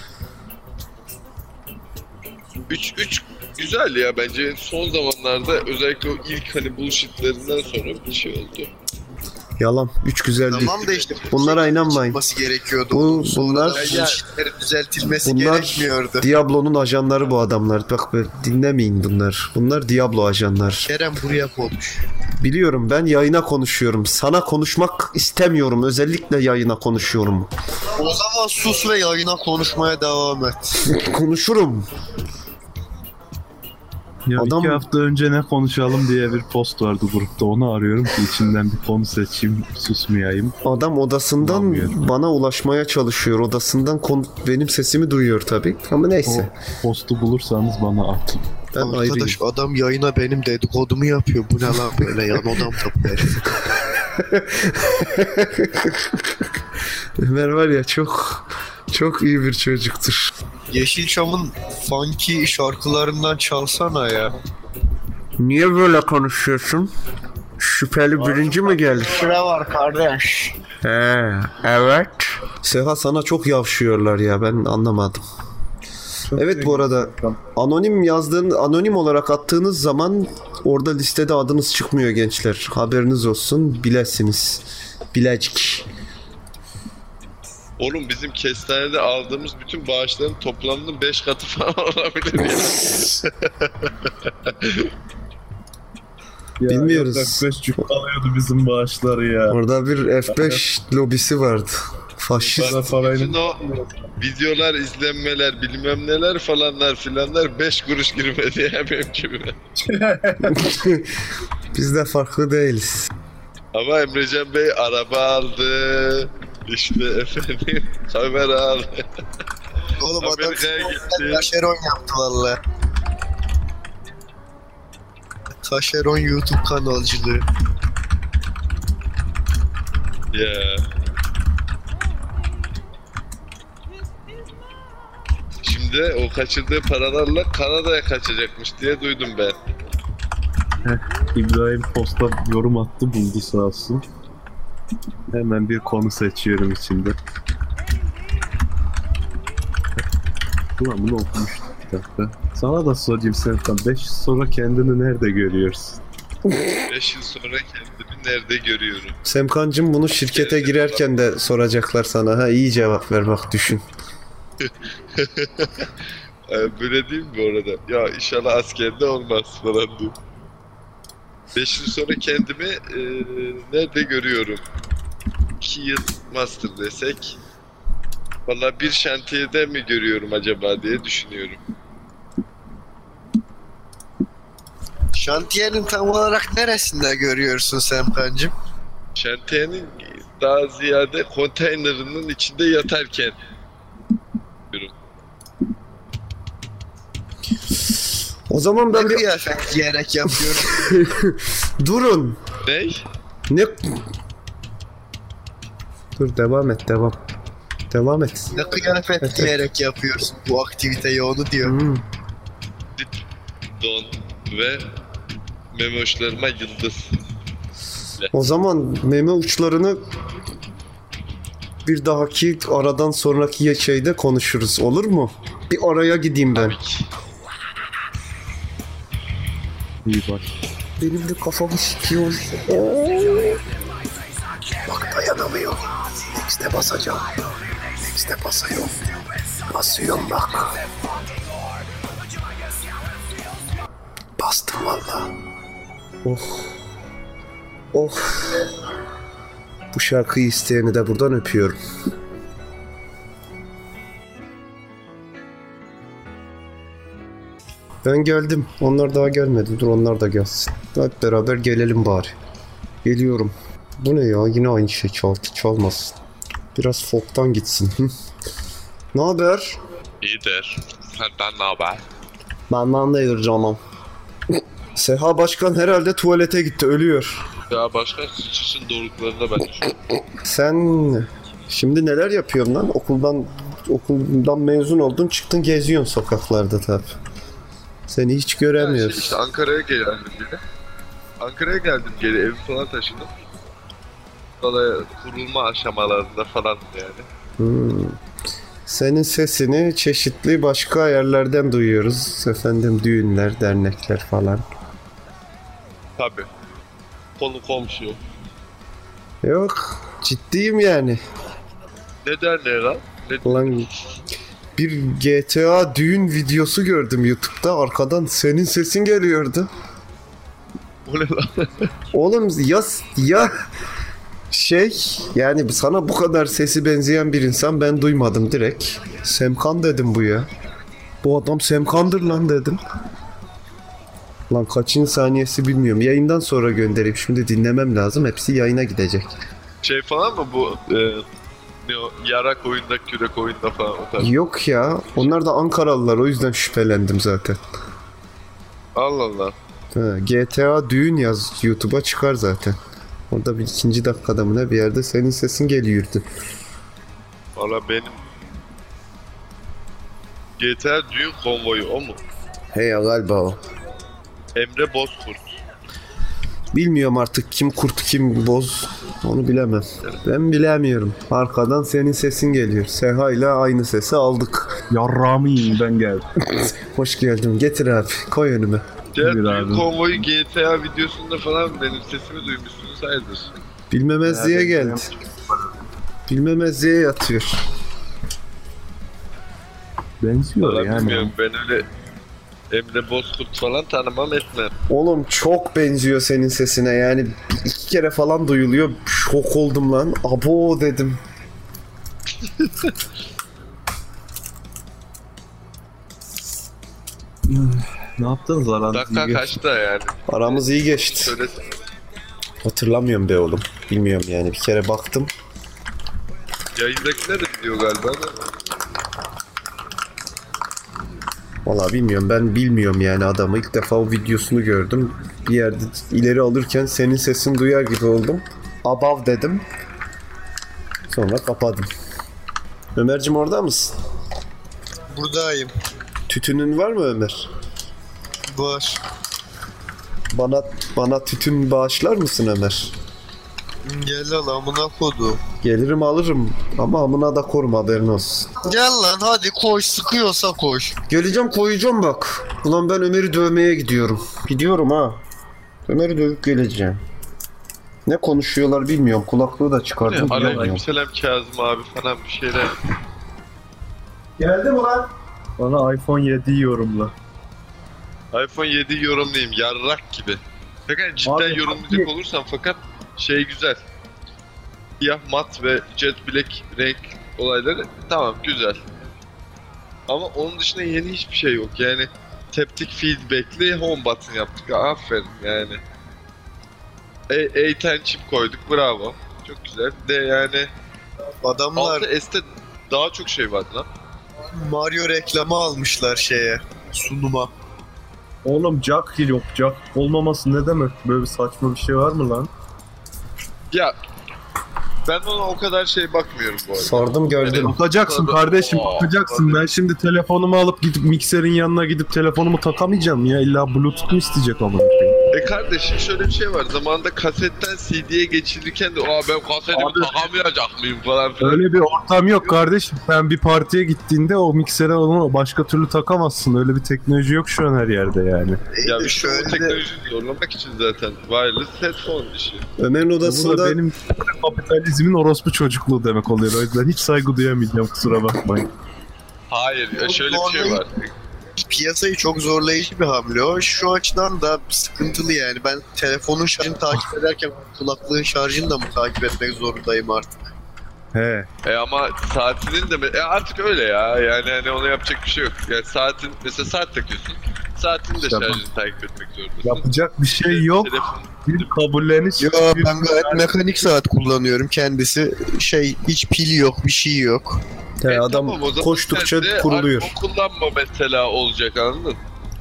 üç üç güzel ya bence, son zamanlarda özellikle o ilk hani bullshitlerinden sonra bir şey oldu. Yalan. Üç güzel değil. Tamam da işte Bunlara inanmayın. çıkması gerekiyordu. Bu- Sonra bunlar- da bullshitlerin düzeltilmesi Bunlar gerekmiyordu. Diablo'nun ajanları bu adamlar. Bak be, dinlemeyin bunlar. Bunlar Diablo ajanlar. Kerem buraya konuş. Biliyorum, ben yayına konuşuyorum. Sana konuşmak istemiyorum. Özellikle yayına konuşuyorum. O zaman sus ve yayına konuşmaya devam et. Konuşurum. Ya Adam- iki hafta önce ne konuşalım diye bir post vardı grupta. Onu arıyorum ki içinden bir konu seçeyim, susmayayım. Adam odasından Bulamıyor. bana ulaşmaya çalışıyor. Odasından kon- benim sesimi duyuyor tabii. Ama O neyse. postu bulursanız bana atın. Ben ayrıyım. Arkadaş adam yayına benim dedikodumu yapıyor. Bu ne lan böyle yan odam tabii. Ömer var ya çok çok iyi bir çocuktur. Yeşilçam'ın funky şarkılarından çalsana ya. Niye böyle konuşuyorsun? Şüpheli birinci mi gelir? Sıra var kardeş. He, evet. Seha sana çok yavşıyorlar ya, ben anlamadım. Evet, bu arada anonim yazdığın, anonim olarak attığınız zaman orada listede adınız çıkmıyor gençler. Haberiniz olsun, bilesiniz. Bilecik. Oğlum bizim kestanede aldığımız bütün bağışların toplamının beş katı falan olabilir ya. Ya, Bilmiyoruz. F beş cukkalıyordu bizim bağışları ya. Orada bir F beş lobisi vardı. Faşist. Bak, bütün o videolar, izlenmeler, bilmem neler falanlar filanlar beş kuruş girmedi ya benim cebime. Biz de farklı değiliz. Ama Emrecan Bey araba aldı. İşte efendim kamera aldı. Oğlum adam Amerika'ya gitti. taşeron yaptı valla. Taşeron YouTube kanalcılığı. Ya. Şimdi o kaçırdığı paralarla Kanada'ya kaçacakmış diye duydum ben. İbrahim posta yorum attı, buldu sağ olsun. Hemen bir konu seçiyorum içinde. Ulan bunu okumuştuk bir dakika. Sana da sorayım Serkan, beş yıl sonra kendini nerede görüyorsun? beş yıl sonra kendimi nerede görüyorum? Semkancım, bunu şirkete girerken de soracaklar sana. Ha, iyi cevap ver bak, düşün. Böyle değil mi bu arada? Ya inşallah askerde olmaz falan diyor. beş yıl sonra kendimi e, nerede görüyorum? iki yıl master desek. Valla bir şantiyede mi görüyorum acaba diye düşünüyorum. Şantiyenin tam olarak neresinde görüyorsun Semkancığım? Şantiyenin daha ziyade konteynerının içinde yatarken görüyorum. O zaman ben Ne bir... kıyafet giyerek yapıyorum? Durun. Ney? Ne... Dur, devam et, devam. Devam et. Ne kıyafet Evet, giyerek yapıyorsun bu aktiviteyi, onu diyor. Hmm. Don ve memoşlarıma yıldız. O zaman meme uçlarını bir dahaki aradan sonraki şeyde konuşuruz, olur mu? Bir araya gideyim ben. Tabii ki. İyi bak. Benim de kafamı sikiyor. Bak, dayanamıyorum. Next'e basacağım. Next'e basıyorum. Basıyorum bak. Bastım valla. Oh. Oh. Bu şarkıyı isteyeni de buradan öpüyorum. Ben geldim. Onlar daha gelmedi. Dur, onlar da gelsin. Hep beraber gelelim bari. Geliyorum. Bu ne ya? Yine aynı şey çaldı. Çalmasın. Biraz folk'tan gitsin. Ne haber? İyidir. Senden ne haber? Benden de iyidir canım. Seha Başkan herhalde tuvalete gitti. Ölüyor. Ya başka sıçışın doruklarında ben düşünüyorum. Sen şimdi neler yapıyorsun lan? Okuldan okuldan mezun oldun, çıktın geziyorsun sokaklarda tabi. Seni hiç Ya göremiyoruz. şey işte Ankara'ya geldim geri. Ankara'ya geldim geri, evi falan taşıdım. Sonra kurulma aşamalarında falan yani. Hmm. Senin sesini çeşitli başka yerlerden duyuyoruz. Efendim, düğünler, dernekler falan. Tabii. Konu komşu. Yok, ciddiyim yani. Ne derler lan? Ne Lan, bir G T A düğün videosu gördüm YouTube'da. Arkadan senin sesin geliyordu. O ne lan? Oğlum ya ya şey, yani sana bu kadar sesi benzeyen bir insan ben duymadım direkt. Semkan dedim bu ya. Bu adam Semkan'dır lan dedim. Lan kaçıncı saniyesi bilmiyorum. Yayından sonra göndereyim. Şimdi dinlemem lazım. Hepsi yayına gidecek. Şey falan mı bu? E, ne o? Yarak oyunda, kürek oyunda falan o tarz. Yok ya. Onlar da Ankaralılar. O yüzden şüphelendim zaten. Allah Allah. Ha, G T A düğün yaz. YouTube'a çıkar zaten. Orada bir ikinci dakikada mı ne bir yerde senin sesin geliyordu. Valla benim G T A düğün konvoyu o mu? He ya galiba o. Emre Bozkurt. Bilmiyorum artık kim kurt kim boz. Onu bilemem. Ben bilemiyorum. Arkadan senin sesin geliyor. Seha ile aynı sesi aldık. Yarrağımı yiyin ben geldim. Hoş geldin. Getir abi. Koy önüme. Diğer Bir düğün abi. konvoyu G T A videosunda falan benim sesimi duymuşsunuz hayırdır. Bilmemezliğe geldi. Bilmemezliğe yatıyor. Benziyor Valla yani. bilmiyorum ben öyle Emre Bozkurt falan tanımam etmem. Oğlum çok benziyor senin sesine yani bir iki kere falan duyuluyor. Şok oldum lan. Abo dedim. Ne yaptınız aranızda? Dakika kaçta yani? Aramız iyi geçti. Söyle. Hatırlamıyorum be oğlum. Bilmiyorum yani bir kere baktım. Yayındakiler de biliyor galiba da. Vallahi bilmiyorum ben bilmiyorum yani adamı. İlk defa o videosunu gördüm. Bir yerde ileri alırken senin sesini duyar gibi oldum. Abav dedim. Sonra kapadım. Ömerciğim orada mısın? Buradayım. Tütünün var mı Ömer? Var. Bana bana tütün bağışlar mısın Ömer? Gel al amına kodu. Gelirim alırım ama amına da korum haberin olsun. Gel lan hadi koş, sıkıyorsa koş. Geleceğim koyacağım bak. Ulan ben Ömer'i dövmeye gidiyorum. Gidiyorum ha. Ömer'i dövüp geleceğim. Ne konuşuyorlar bilmiyorum. Kulaklığı da çıkardım. Aleykümselam Kazım abi falan bir şeyler. Geldim ulan. Bana iPhone yedi yorumla. iPhone yedi yorumlayayım yarrak gibi. Fakat cidden Abi, yorumlayacak abi. olursam fakat şey güzel. Siyah mat ve jet black renk olayları tamam güzel. Ama onun dışında yeni hiçbir şey yok yani. Taptic feedback'li home button yaptık. Aferin yani. A on chip koyduk bravo. Çok güzel. De yani Adamlar altı S'te daha çok şey vardı lan. Mario reklamı almışlar şeye, sunuma. Oğlum jack yok, jack olmaması ne demek? Böyle bir saçma bir şey var mı lan? Ya ben ona o kadar şey bakmıyorum bu arada. Sordum gördüm. Bakacaksın kardeşim, bakacaksın. Ben şimdi telefonumu alıp gidip mikserin yanına gidip telefonumu takamayacağım ya. İlla Bluetooth mu isteyecek ama? E kardeşim şöyle bir şey var. Zamanında kasetten C D'ye geçilirken de aa ben kasetimi Abi- takamayacak mıyım falan filan. Öyle bir ortam yok kardeşim. Sen bir partiye gittiğinde o miksere onu başka türlü takamazsın. Öyle bir teknoloji yok şu an her yerde yani. Ya E, işte şöyle o teknolojiyi zorlamak için zaten wireless headphone işi. Ömer'in Bu odasında da benim kapitalizmin orospu çocukluğu demek oluyor. O yüzden hiç saygı duyamayacağım, kusura bakmayın. Hayır ya şöyle bir şey var. Piyasayı çok zorlayıcı bir hamle o. Şu açıdan da sıkıntılı yani. Ben telefonun şarjını takip ederken kulaklığın şarjını da mı takip etmek zorundayım artık? He. E ama saatinin de me- e artık öyle ya. Yani hani ona yapacak bir şey yok. Yani saatin mesela saat takıyorsun. Saatin de İşte bak. şarjını takip etmek zorundasın. Yapacak bir şey yok. Telefon Bir kabulleniş. Yo bir- ben gayet mekanik saat kullanıyorum. Kendisi şey hiç pil yok, bir şey yok. he, E adam tamam, o zaman koştukça sen de kuruluyor. iPhone kullanma mesela olacak anladın?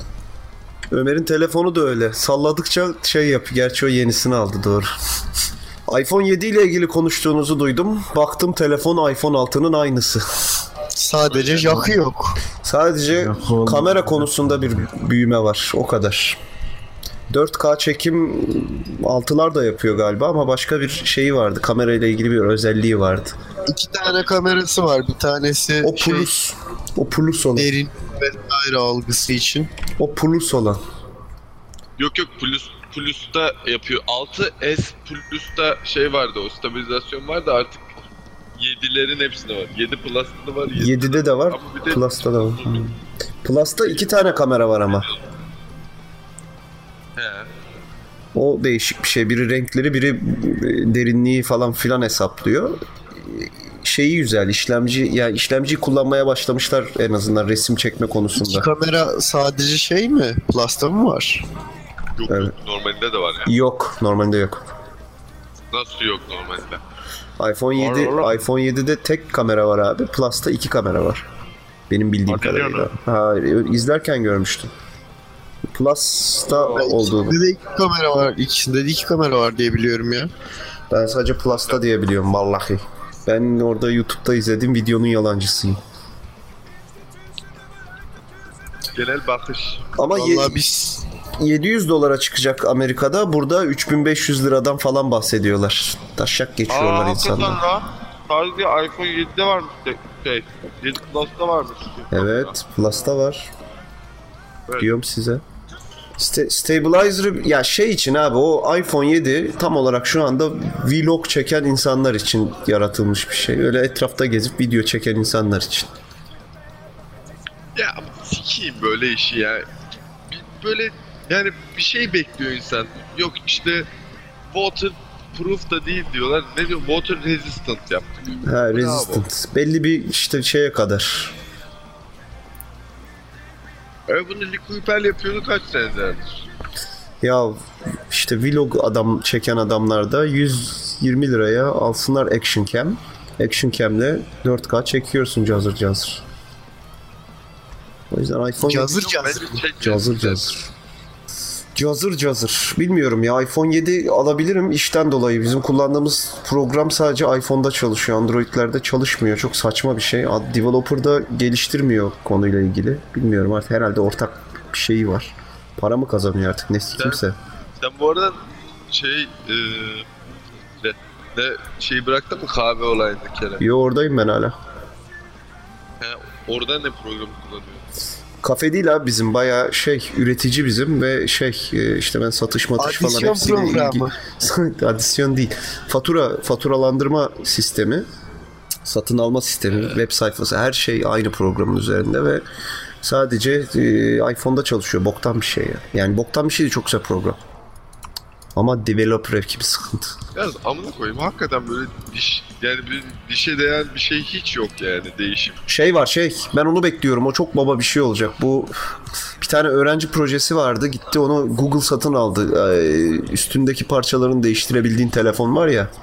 Ömer'in telefonu da öyle. Salladıkça şey yapıyor. Gerçi o yenisini aldı doğru. iPhone yedi ile ilgili konuştuğunuzu duydum. Baktım telefon iPhone altının aynısı. Sadece jackı yok. Sadece Ya, oğlum. kamera konusunda bir büyüme var. O kadar. dört K çekim altılar da yapıyor galiba ama başka bir şeyi vardı. Kamerayla ilgili bir özelliği vardı. İki tane kamerası var. Bir tanesi O şey, plus. O plus olan. derin vesaire algısı için. O plus olan. Yok yok Plus Plus'ta yapıyor. altı S Plus'ta şey vardı o stabilizasyon vardı artık yedilerin hepsinde var. yedi Plus'ta da var. yedide de var. Ama bir de Plus'ta da var. Hmm. Plus'ta iki tane kamera var ama. He. O değişik bir şey. Biri renkleri, biri derinliği falan filan hesaplıyor. Şeyi güzel. İşlemci, yani işlemciyi kullanmaya başlamışlar en azından resim çekme İki konusunda. kamera sadece şey mi? Plus'ta mı var? Yok Evet. yok normalinde de var ya. Yok, normalde yok. Nasıl yok normalde? iPhone yedi, Var, var. iPhone yedide tek kamera var abi. Plus'ta iki kamera var. Benim bildiğim Hadi kadarıyla. canım. Ha, izlerken görmüştüm. Plus'ta olduğunu. İkisinde de iki kamera var. İkisinde de iki kamera var diye biliyorum ya. Ben sadece Plus'ta diye biliyorum vallahi. Ben orada YouTube'da izlediğim videonun yalancısıyım. Genel bakış. Ama Vallahi ye- biz yedi yüz dolara çıkacak Amerika'da. Burada üç bin beş yüz liradan falan bahsediyorlar. Taşak geçiyorlar insanlar. lan. Sadece iPhone yedide varmış şey. yedi Plus'ta varmış. Evet, Plus'ta var. Evet. Diyorum size. Sta- Stabilizer'ı ya şey için abi, o iPhone yedi tam olarak şu anda vlog çeken insanlar için yaratılmış bir şey. Öyle etrafta gezip video çeken insanlar için. Ya sikiyim böyle işi ya. Bir, böyle yani bir şey bekliyor insan. Yok işte waterproof da değil diyorlar. Ne diyor? Water resistant yaptık. Ha, resistant. Belli bir işte şeye kadar. E bunu Liquipel yapıyordu kaç senelerdir? Ya işte vlog adam çeken adamlar da yüz yirmi liraya alsınlar Action Cam. Action Cam'le dört K çekiyorsun cazır cazır. O yüzden iPhone cazır Yok, cazır. bence çekmiyor. cazır cazır. Cazır cazır. Bilmiyorum ya, iPhone yedi alabilirim işten dolayı. Bizim kullandığımız program sadece iPhone'da çalışıyor. Android'lerde çalışmıyor. Çok saçma bir şey. Developer da geliştirmiyor konuyla ilgili. Bilmiyorum artık, herhalde ortak bir şeyi var. Para mı kazanıyor artık ne kimse. Sen bu arada şey e, ne, ne şeyi bıraktın mı kahve olayını Kerem? Yo, oradayım ben hala. He, orada ne programı kullanıyor? Kafe değil abi bizim, bayağı şey üretici bizim ve şey e, işte ben satış matış falan Adisyon hepsiyle programı. ilgili. Adisyon değil. Fatura faturalandırma sistemi, satın alma sistemi, web sayfası, her şey aynı programın üzerinde ve sadece e, iPhone'da çalışıyor. Boktan bir şey ya. Yani boktan bir şey de çok güzel program. Ama developer ekibi sıkıntı. Yalnız amına koyayım hakikaten böyle diş yani bir dişe değen bir şey hiç yok yani değişim. Şey var şey, ben onu bekliyorum. O çok baba bir şey olacak. Bu bir tane öğrenci projesi vardı. Gitti onu Google satın aldı. Ee, üstündeki parçalarını değiştirebildiğin telefon var ya.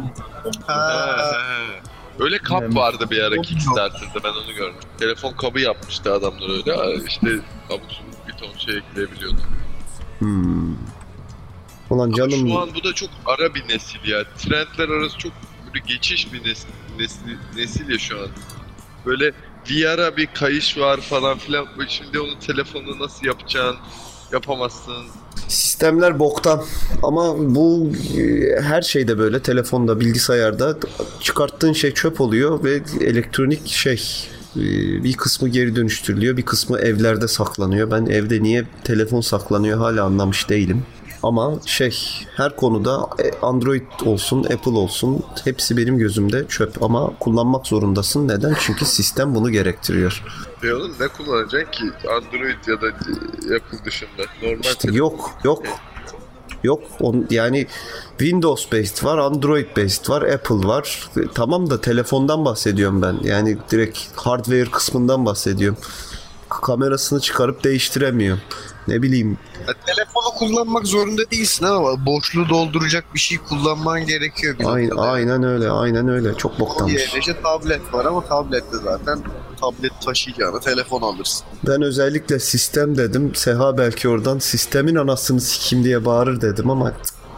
Ha, Öyle kap vardı bir ara Kickstarter'da ben onu gördüm. Telefon kabı yapmıştı adamlar öyle. İşte abuk subuk bir ton şey ekleyebiliyordu. Hmm. Ulan Ama canım. şu an bu da çok ara bir nesil ya. Trendler arası çok böyle geçiş bir nesil, nesil, nesil ya şu an. Böyle V R'a bir kayış var falan filan. Şimdi onu telefonla nasıl yapacaksın? Yapamazsın. Sistemler boktan. Ama bu e, her şeyde böyle, telefonda, bilgisayarda çıkarttığın şey çöp oluyor ve elektronik şey e, bir kısmı geri dönüştürülüyor, bir kısmı evlerde saklanıyor. Ben evde niye telefon saklanıyor hala anlamış değilim. Ama şey, her konuda Android olsun, Apple olsun hepsi benim gözümde çöp ama kullanmak zorundasın. Neden? Çünkü sistem bunu gerektiriyor. E oğlum ne kullanacaksın ki? Android ya da Apple dışında. Normal İşte telefon. yok, yok. Yok, on, yani Windows based var, Android based var, Apple var. E, Tamam da telefondan bahsediyorum ben. Yani direkt hardware kısmından bahsediyorum. K- Kamerasını çıkarıp değiştiremiyorum. Ne bileyim. ya telefonu kullanmak zorunda değilsin ama boşluğu dolduracak bir şey kullanman gerekiyor bir Aynen, noktada. aynen öyle, aynen öyle. Çok Onun boktanmış. yerine işte tablet var ama tablette zaten tablet taşıyacağına telefon alırsın. Ben özellikle sistem dedim. Seha belki oradan sistemin anasını sikim diye bağırır dedim ama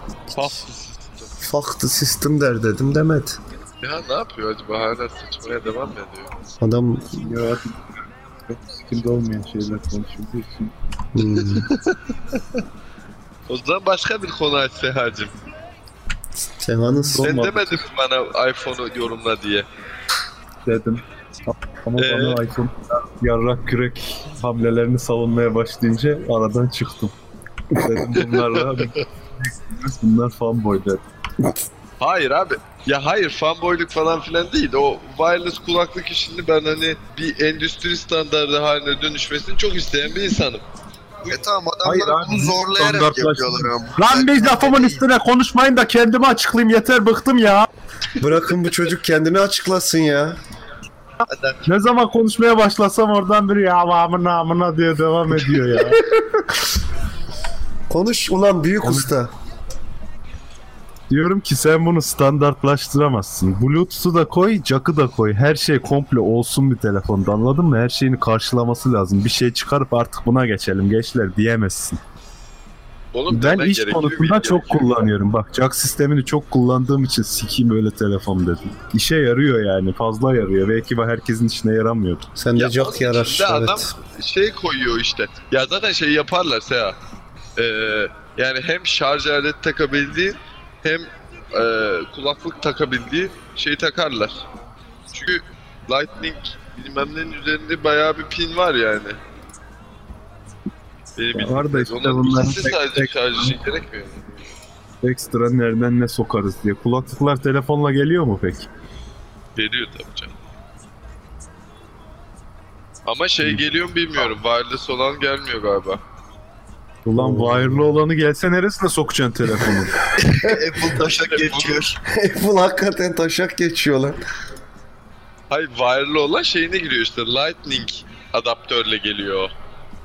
fuck the system der dedim, demedi. Ya ne yapıyor acaba? Hala sıçmaya devam mı ediyor? Adam Ya artık çok skill'de olmayan şeyler konuşulduğu için. hmm, O zaman başka bir konu aç Seha'cığım. Seha'nın Sen Olmadı. demedin mi bana iPhone'u yorumla diye? Dedim. Ama Ee? bana iPhone yarrak kürek hamlelerini savunmaya başlayınca aradan çıktım. Dedim bunlarla bunlar fanboy dedim. Hayır abi. Ya hayır fanboyluk falan filan değil. O wireless kulaklık işini ben hani bir endüstri standardı haline dönüşmesini çok isteyen bir insanım. E tamam Hayır adamlar abi, bunu zorlayarak standartlaştı. yapıyorlar ama. Lan biz lafımın üstüne konuşmayın da kendimi açıklayayım, yeter, bıktım ya. bırakın bu çocuk kendini açıklasın ya. Ne zaman konuşmaya başlasam oradan biri ya amına amına diye devam ediyor ya. Konuş ulan büyük usta. Diyorum ki sen bunu standartlaştıramazsın. Bluetooth'u da koy, jack'ı da koy. Her şey komple olsun bir telefonda, anladın mı? Her şeyini karşılaması lazım. Bir şey çıkarıp artık buna geçelim gençler diyemezsin. Oğlum Ben demen iş gerekiyor, konusunda bilgi çok gerekiyor. kullanıyorum. Bak jack sistemini çok kullandığım için sikeyim öyle telefon dedim. İşe yarıyor yani, fazla yarıyor. Belki herkesin işine yaramıyor. Sende Ya jack onun yarar. içinde adam Evet. şey koyuyor işte. Ya zaten şey yaparlar Seha. Ee, yani hem şarj aleti takabildiğin hem e, kulaklık takabildiğin şeyi takarlar. Çünkü Lightning bilmem nenin üzerinde bayağı bir pin var yani. Benim Ya var da işte Onun bunların ikisi tek- sadece tek- şarj için gerekmiyor. Ekstra nereden ne sokarız diye. Kulaklıklar telefonla geliyor mu peki? Geliyor tabii canım. Ama şey geliyor mu bilmiyorum. Wireless olan gelmiyor galiba. Ulan wire'lı olanı gelse neresine sokacaksın telefonu? Apple taşak geçiyor. Apple hakikaten taşak geçiyor lan. Hayır, wire'lı olan şeyine giriyor işte. Lightning adaptörle geliyor o.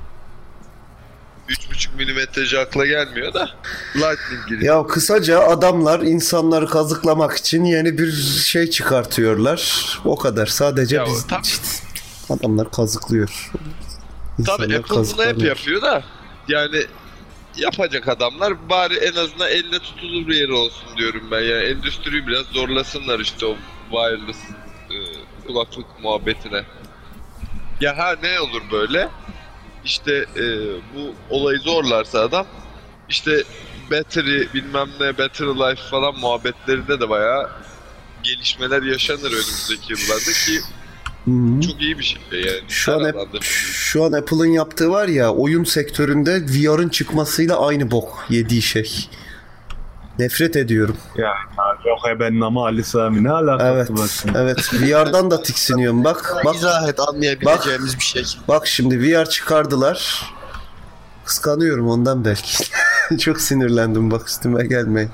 üç buçuk milimetre jack'la gelmiyor da Lightning giriyor. Ya kısaca adamlar insanları kazıklamak için yeni bir şey çıkartıyorlar. O kadar. Sadece Ya, biz tabii. işte adamlar kazıklıyor. Tabii İnsanlar Apple bunu hep kazıklanıyor. yapıyor da yani yapacak adamlar bari en azından elle tutulur bir yeri olsun diyorum ben. Yani endüstriyi biraz zorlasınlar işte o wireless e, kulaklık muhabbetine. Ya ha ne olur böyle? İşte e, bu olayı zorlarsa adam işte battery bilmem ne battery life falan muhabbetlerinde de bayağı gelişmeler yaşanır önümüzdeki yıllarda ki Hı hı. çok iyi bir şey yani. Şu Her an, App- alanda. şu an Apple'ın yaptığı var ya, oyun sektöründe V R'ın çıkmasıyla aynı bok yediği şey. Nefret ediyorum. Ya yok ya ben nama Ali Sami ne alakası Evet. var şimdi? Evet. V R'dan da tiksiniyorum. Bak bak İzah et, anlayabileceğimiz bir şey. bak şimdi V R çıkardılar. Kıskanıyorum ondan belki. Çok sinirlendim, bak üstüme gelmeyin.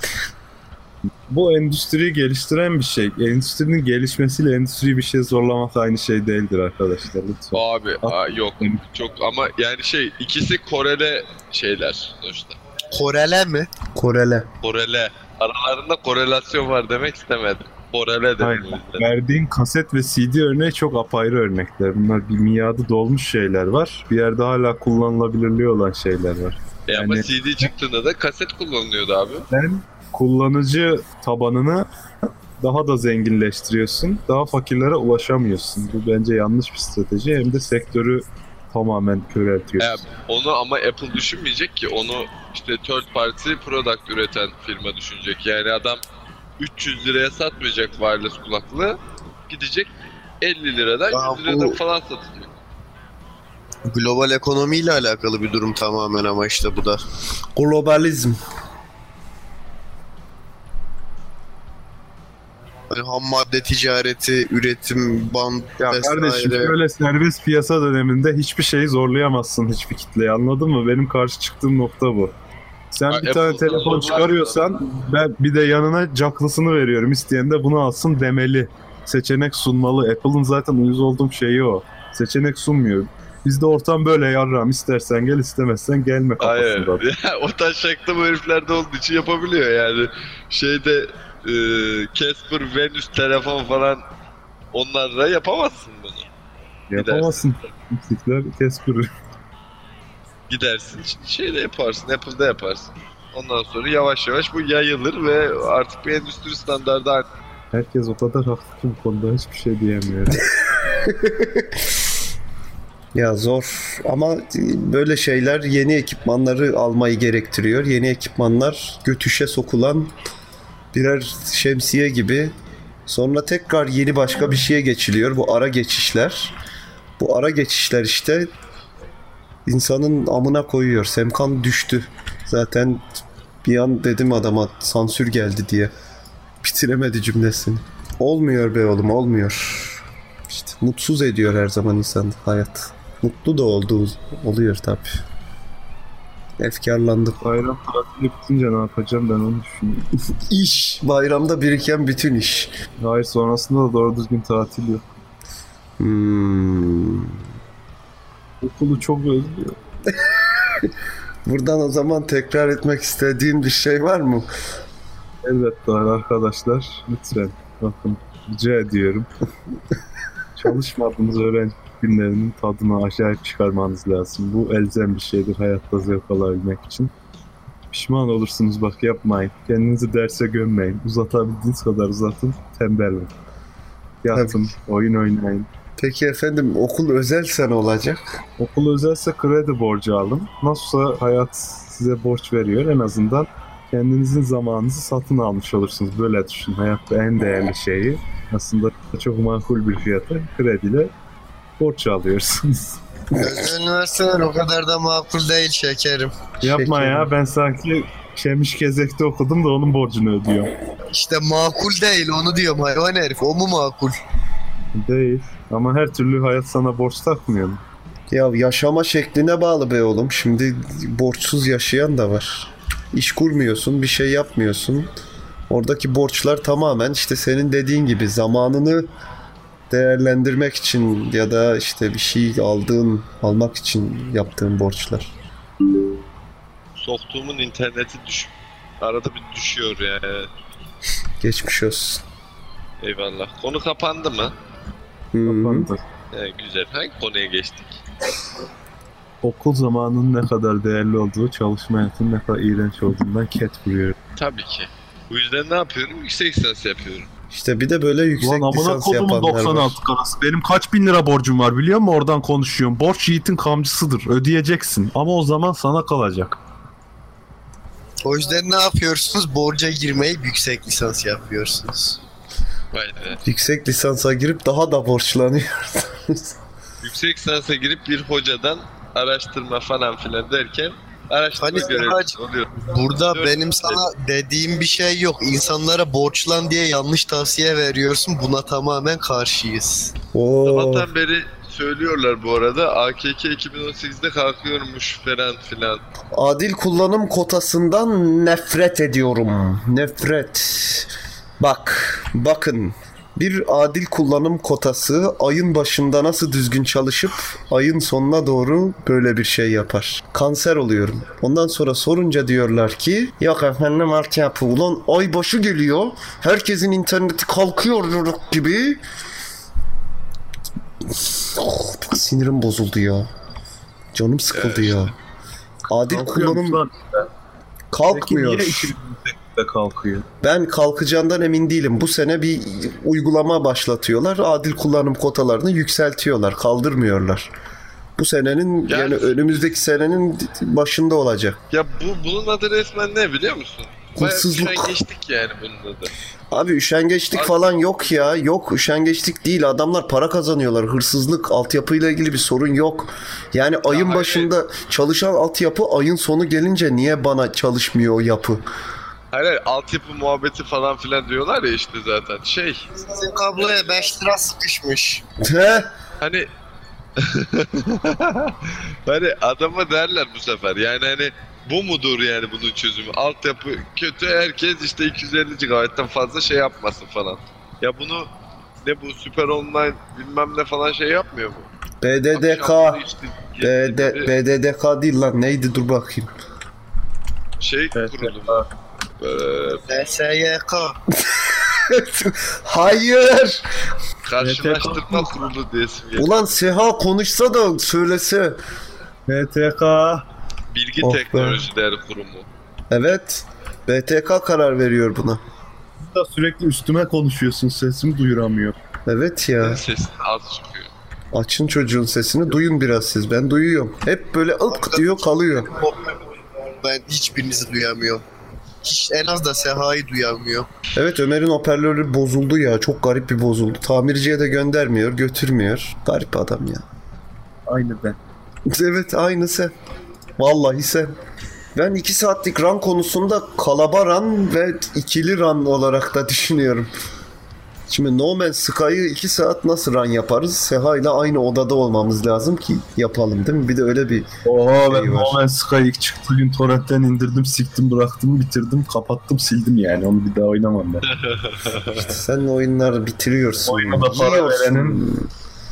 Bu endüstriyi geliştiren bir şey. Endüstrinin gelişmesiyle endüstriyi bir şey zorlamak aynı şey değildir arkadaşlar lütfen. Abi aa, yok çok ama yani şey ikisi Koreli şeyler sonuçta. Korele mi? Korele. Korele. Aralarında korelasyon var demek istemedim. Korele dedim. Hayır. o yüzden. Verdiğin kaset ve C D örneği çok apayrı örnekler. Bunlar bir miadı dolmuş şeyler var. Bir yerde hala kullanılabilirliği olan şeyler var. E ama yani- C D çıktığında da kaset kullanılıyordu abi. Sen kullanıcı tabanını daha da zenginleştiriyorsun. Daha fakirlere ulaşamıyorsun. Bu bence yanlış bir strateji. Hem de sektörü tamamen köreltiyor. E, onu ama Apple düşünmeyecek ki. Onu işte third party product üreten firma düşünecek. Yani adam üç yüz liraya satmayacak wireless kulaklığı. Gidecek elli liradan Ya yüz liradan bu- falan satacak. Global ekonomiyle alakalı bir durum tamamen ama işte bu da. Globalizm. Hani ham madde ticareti, üretim, band Ya vesaire. kardeşim böyle serbest piyasa döneminde hiçbir şeyi zorlayamazsın hiçbir kitleyi, anladın mı? Benim karşı çıktığım nokta bu. Sen Ha, bir tane Apple'da telefon zorlar. çıkarıyorsan ben bir de yanına jacklısını veriyorum. İsteyen de bunu alsın demeli. Seçenek sunmalı. Apple'ın zaten uyuz olduğum şeyi o. Seçenek sunmuyor. Bizde ortam böyle yarram. İstersen gel, istemezsen gelme Hayır. kafasında. Ya, o taşakta bu heriflerde olduğu için yapabiliyor yani. Şeyde e, Casper, Venus telefon falan onlarla yapamazsın bunu. Yapamazsın. Müzikler Casper. Gidersin şeyde yaparsın, Apple'da yaparsın. Ondan sonra yavaş yavaş bu yayılır ve artık bir endüstri standardı haline. Herkes o kadar haklı ki bu konuda hiçbir şey diyemiyor. Ya zor ama böyle şeyler yeni ekipmanları almayı gerektiriyor. Yeni ekipmanlar götüşe sokulan birer şemsiye gibi. Sonra tekrar yeni başka bir şeye geçiliyor. Bu ara geçişler. Bu ara geçişler işte insanın amına koyuyor. Semkan düştü. Zaten bir an dedim adama sansür geldi diye. Bitiremedi cümlesini. Olmuyor be oğlum, olmuyor. İşte mutsuz ediyor her zaman insan hayat. Mutlu da oldu, oluyor tabi. Efkarlandım. Bayram tatili bitince ne yapacağım ben onu düşünüyorum. İş. Bayramda biriken bütün iş. Hayır, sonrasında da doğru düzgün tatil yok. Hmm. Okulu çok özlüyorum. Buradan o zaman tekrar etmek istediğin bir şey var mı? Elbette var arkadaşlar. Lütfen bakın rica ediyorum. Çalışmadığınız öğrenci günlerinin tadını acayip çıkarmanız lazım. Bu elzem bir şeydir hayatta zevk alabilmek için. Pişman olursunuz bak, yapmayın. Kendinizi derse gömmeyin. Uzatabildiğiniz kadar uzatın. Tembelin. Yatın, oyun oynayın. Peki efendim okul özelse ne olacak? Okul özelse kredi borcu alın. Nasılsa hayat size borç veriyor. En azından kendinizin zamanınızı satın almış olursunuz. Böyle düşün. Hayatta en değerli şeyi aslında çok makul bir fiyata krediyle borç alıyorsunuz. Özel üniversiteler o kadar da makul değil şekerim. Yapma Şekerim. ya, ben sanki Şemiş Gezek'te okudum da onun borcunu ödüyorum. İşte makul değil onu diyorum hayvan herif. O mu makul? Değil. Ama her türlü hayat sana borç takmıyor mu? Ya yaşama şekline bağlı be oğlum. Şimdi borçsuz yaşayan da var. İş kurmuyorsun, bir şey yapmıyorsun. Oradaki borçlar tamamen işte senin dediğin gibi zamanını değerlendirmek için ya da işte bir şey aldığın, almak için yaptığın borçlar. Soktuğumun interneti düş arada bir düşüyor yani. Geçmiş olsun. Eyvallah. Konu kapandı mı? Hı-hı. Kapandı. He, güzel. Hangi konuya geçtik? Okul zamanının ne kadar değerli olduğu, çalışma hayatının ne kadar iğrenç olduğundan ket vuruyor. Tabii ki. Bu yüzden ne yapıyorum? Yüksek lisans yapıyorum. İşte bir de böyle yüksek Ulan amına lisans kodumun yapanlar doksan var. altı karası. Benim kaç bin lira borcum var biliyor musun? Oradan konuşuyorum. Borç yiğitin kamçısıdır. Ödeyeceksin. Ama o zaman sana kalacak. O yüzden ne yapıyorsunuz? Borca girmeyip yüksek lisans yapıyorsunuz. Vay be. Yüksek lisansa girip daha da borçlanıyoruz. Yüksek lisansa girip bir hocadan araştırma falan filan derken araştırma Hani görevlisi oluyor. Burada Dört benim sana dediğim bir şey yok. İnsanlara borçlan diye yanlış tavsiye veriyorsun. Buna tamamen karşıyız. Oo. Sabahtan beri söylüyorlar bu arada. A K K iki bin on sekizde kalkıyormuş falan filan. Adil kullanım kotasından nefret ediyorum. Nefret. Bak, bakın. Bir adil kullanım kotası ayın başında nasıl düzgün çalışıp ayın sonuna doğru böyle bir şey yapar. Kanser oluyorum. Ondan sonra sorunca diyorlar ki yok efendim altyapı. Ulan ay başı geliyor. Herkesin interneti kalkıyor gibi. Oh, sinirim bozuldu ya. Canım sıkıldı ya. Adil kullanım Lan. kalkmıyor. Peki niye iki bin on sekizde kalkıyor? Ben kalkacağından emin değilim. Bu sene bir uygulama başlatıyorlar. Adil kullanım kotalarını yükseltiyorlar. Kaldırmıyorlar. Bu senenin yani, Yani- önümüzdeki senenin başında olacak. Ya bu bunun adı resmen ne biliyor musun? Bayağı Hırsızlık. üşen geçtik yani bunun adı. Abi üşengeçlik Abi- falan yok ya. Yok üşengeçlik değil. Adamlar para kazanıyorlar. Hırsızlık, altyapıyla ilgili bir sorun yok. Yani ayın hayır. başında çalışan altyapı ayın sonu gelince niye bana çalışmıyor o yapı? Hayır, hayır altyapı muhabbeti falan filan diyorlar ya işte zaten. Şey Sizin kabloya beş lira sıkışmış. He? hani hani adama derler bu sefer yani hani bu mudur yani bunun çözümü? Altyapı kötü, herkes işte iki yüz elli gigabayttan fazla şey yapmasın falan. Ya bunu ne bu süper online bilmem ne falan şey yapmıyor mu? B D D K. Akşamları işte B D geceleri B D D K değil lan. Neydi? Dur bakayım. şey Evet, kurulu mu? Ee, B S Y K. Hayır. karşılaştırma kurulu diyesim geliyor. Ulan Seha konuşsa da söylese. B T K. Bilgi Oh be. Teknolojileri Kurumu. Evet. B T K karar veriyor buna. Da sürekli üstüme konuşuyorsun, sesimi duyuramıyor. Evet ya. Sesin az çıkıyor. Açın çocuğun sesini. Duyun biraz siz. Ben duyuyorum. Hep böyle ılk diyor kalıyor. Ben hiçbirinizi duyamıyorum. Hiç, en az da Seha'yı duyamıyor. Evet Ömer'in hoparlörü bozuldu ya. Çok garip bir bozuldu. Tamirciye de göndermiyor. Götürmüyor. Garip adam ya. Aynı ben. Evet aynı sen. Vallahi sen. Ben iki saatlik run konusunda kalaba run ve ikili run olarak da düşünüyorum. Şimdi No Man's Sky'ı iki saat nasıl run yaparız? Seha ile aynı odada olmamız lazım ki yapalım değil mi? Bir de öyle bir Oha ben Şey var. No Man's Sky ilk çıktığı gün torrentten indirdim, siktim, bıraktım, bitirdim, kapattım, sildim yani. Onu bir daha oynamam ben. sen oyunları bitiriyorsun. Oyuna da para yiyorsun. verenin-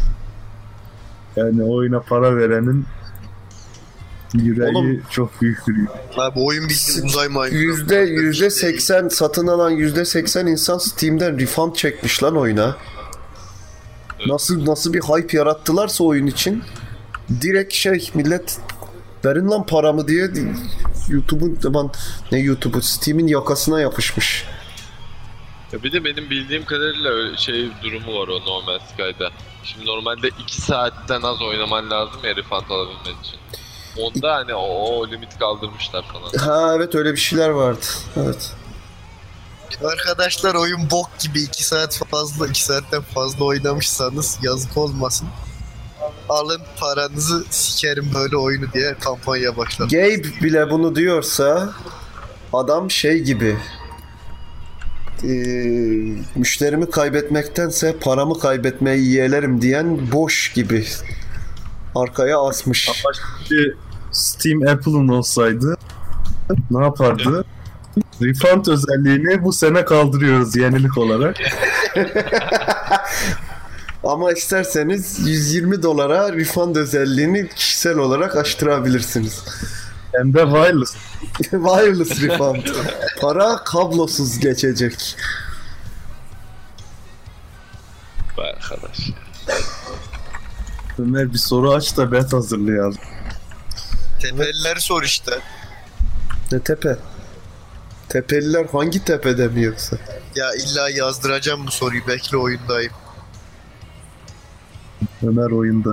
Yani oyuna para verenin yüreği Oğlum- çok büyük bir yürek. Abi oyun bildiğin uzay Minecraft. Yüzde yüzde seksen satın alan yüzde seksen insan Steam'den refund çekmiş lan oyuna. Nasıl nasıl bir hype yarattılarsa oyun için direkt şey millet verin lan paramı diye YouTube'un aman ne YouTube'u Steam'in yakasına yapışmış. Ya bir de benim bildiğim kadarıyla öyle şey durumu var o No Man's Sky'da. Şimdi normalde iki saatten az oynaman lazım ya refund alabilmen için. Onda hani o, o limit kaldırmışlar falan. Ha evet öyle bir şeyler vardı. Evet. Arkadaşlar oyun bok gibi iki saat fazla, iki saatten fazla oynamışsanız yazık olmasın. Alın paranızı sikerim böyle oyunu diye kampanya başladı. Gabe bile bunu diyorsa adam şey gibi e, müşterimi kaybetmektense paramı kaybetmeyi yeğlerim diyen boş gibi arkaya asmış. Ama şimdi Steam Apple'ın olsaydı ne yapardı? Refund özelliğini bu sene kaldırıyoruz yenilik olarak. Ama isterseniz yüz yirmi dolara refund özelliğini kişisel olarak açtırabilirsiniz. Hem de wireless. Wireless refund. Para kablosuz geçecek. Vay arkadaş. Ömer bir soru aç da bet hazırlayalım. Tepelileri sor işte. Ne tepe? Tepeliler hangi tepede mi yoksa? Ya illa yazdıracağım bu soruyu, bekle oyundayım. Ömer oyunda.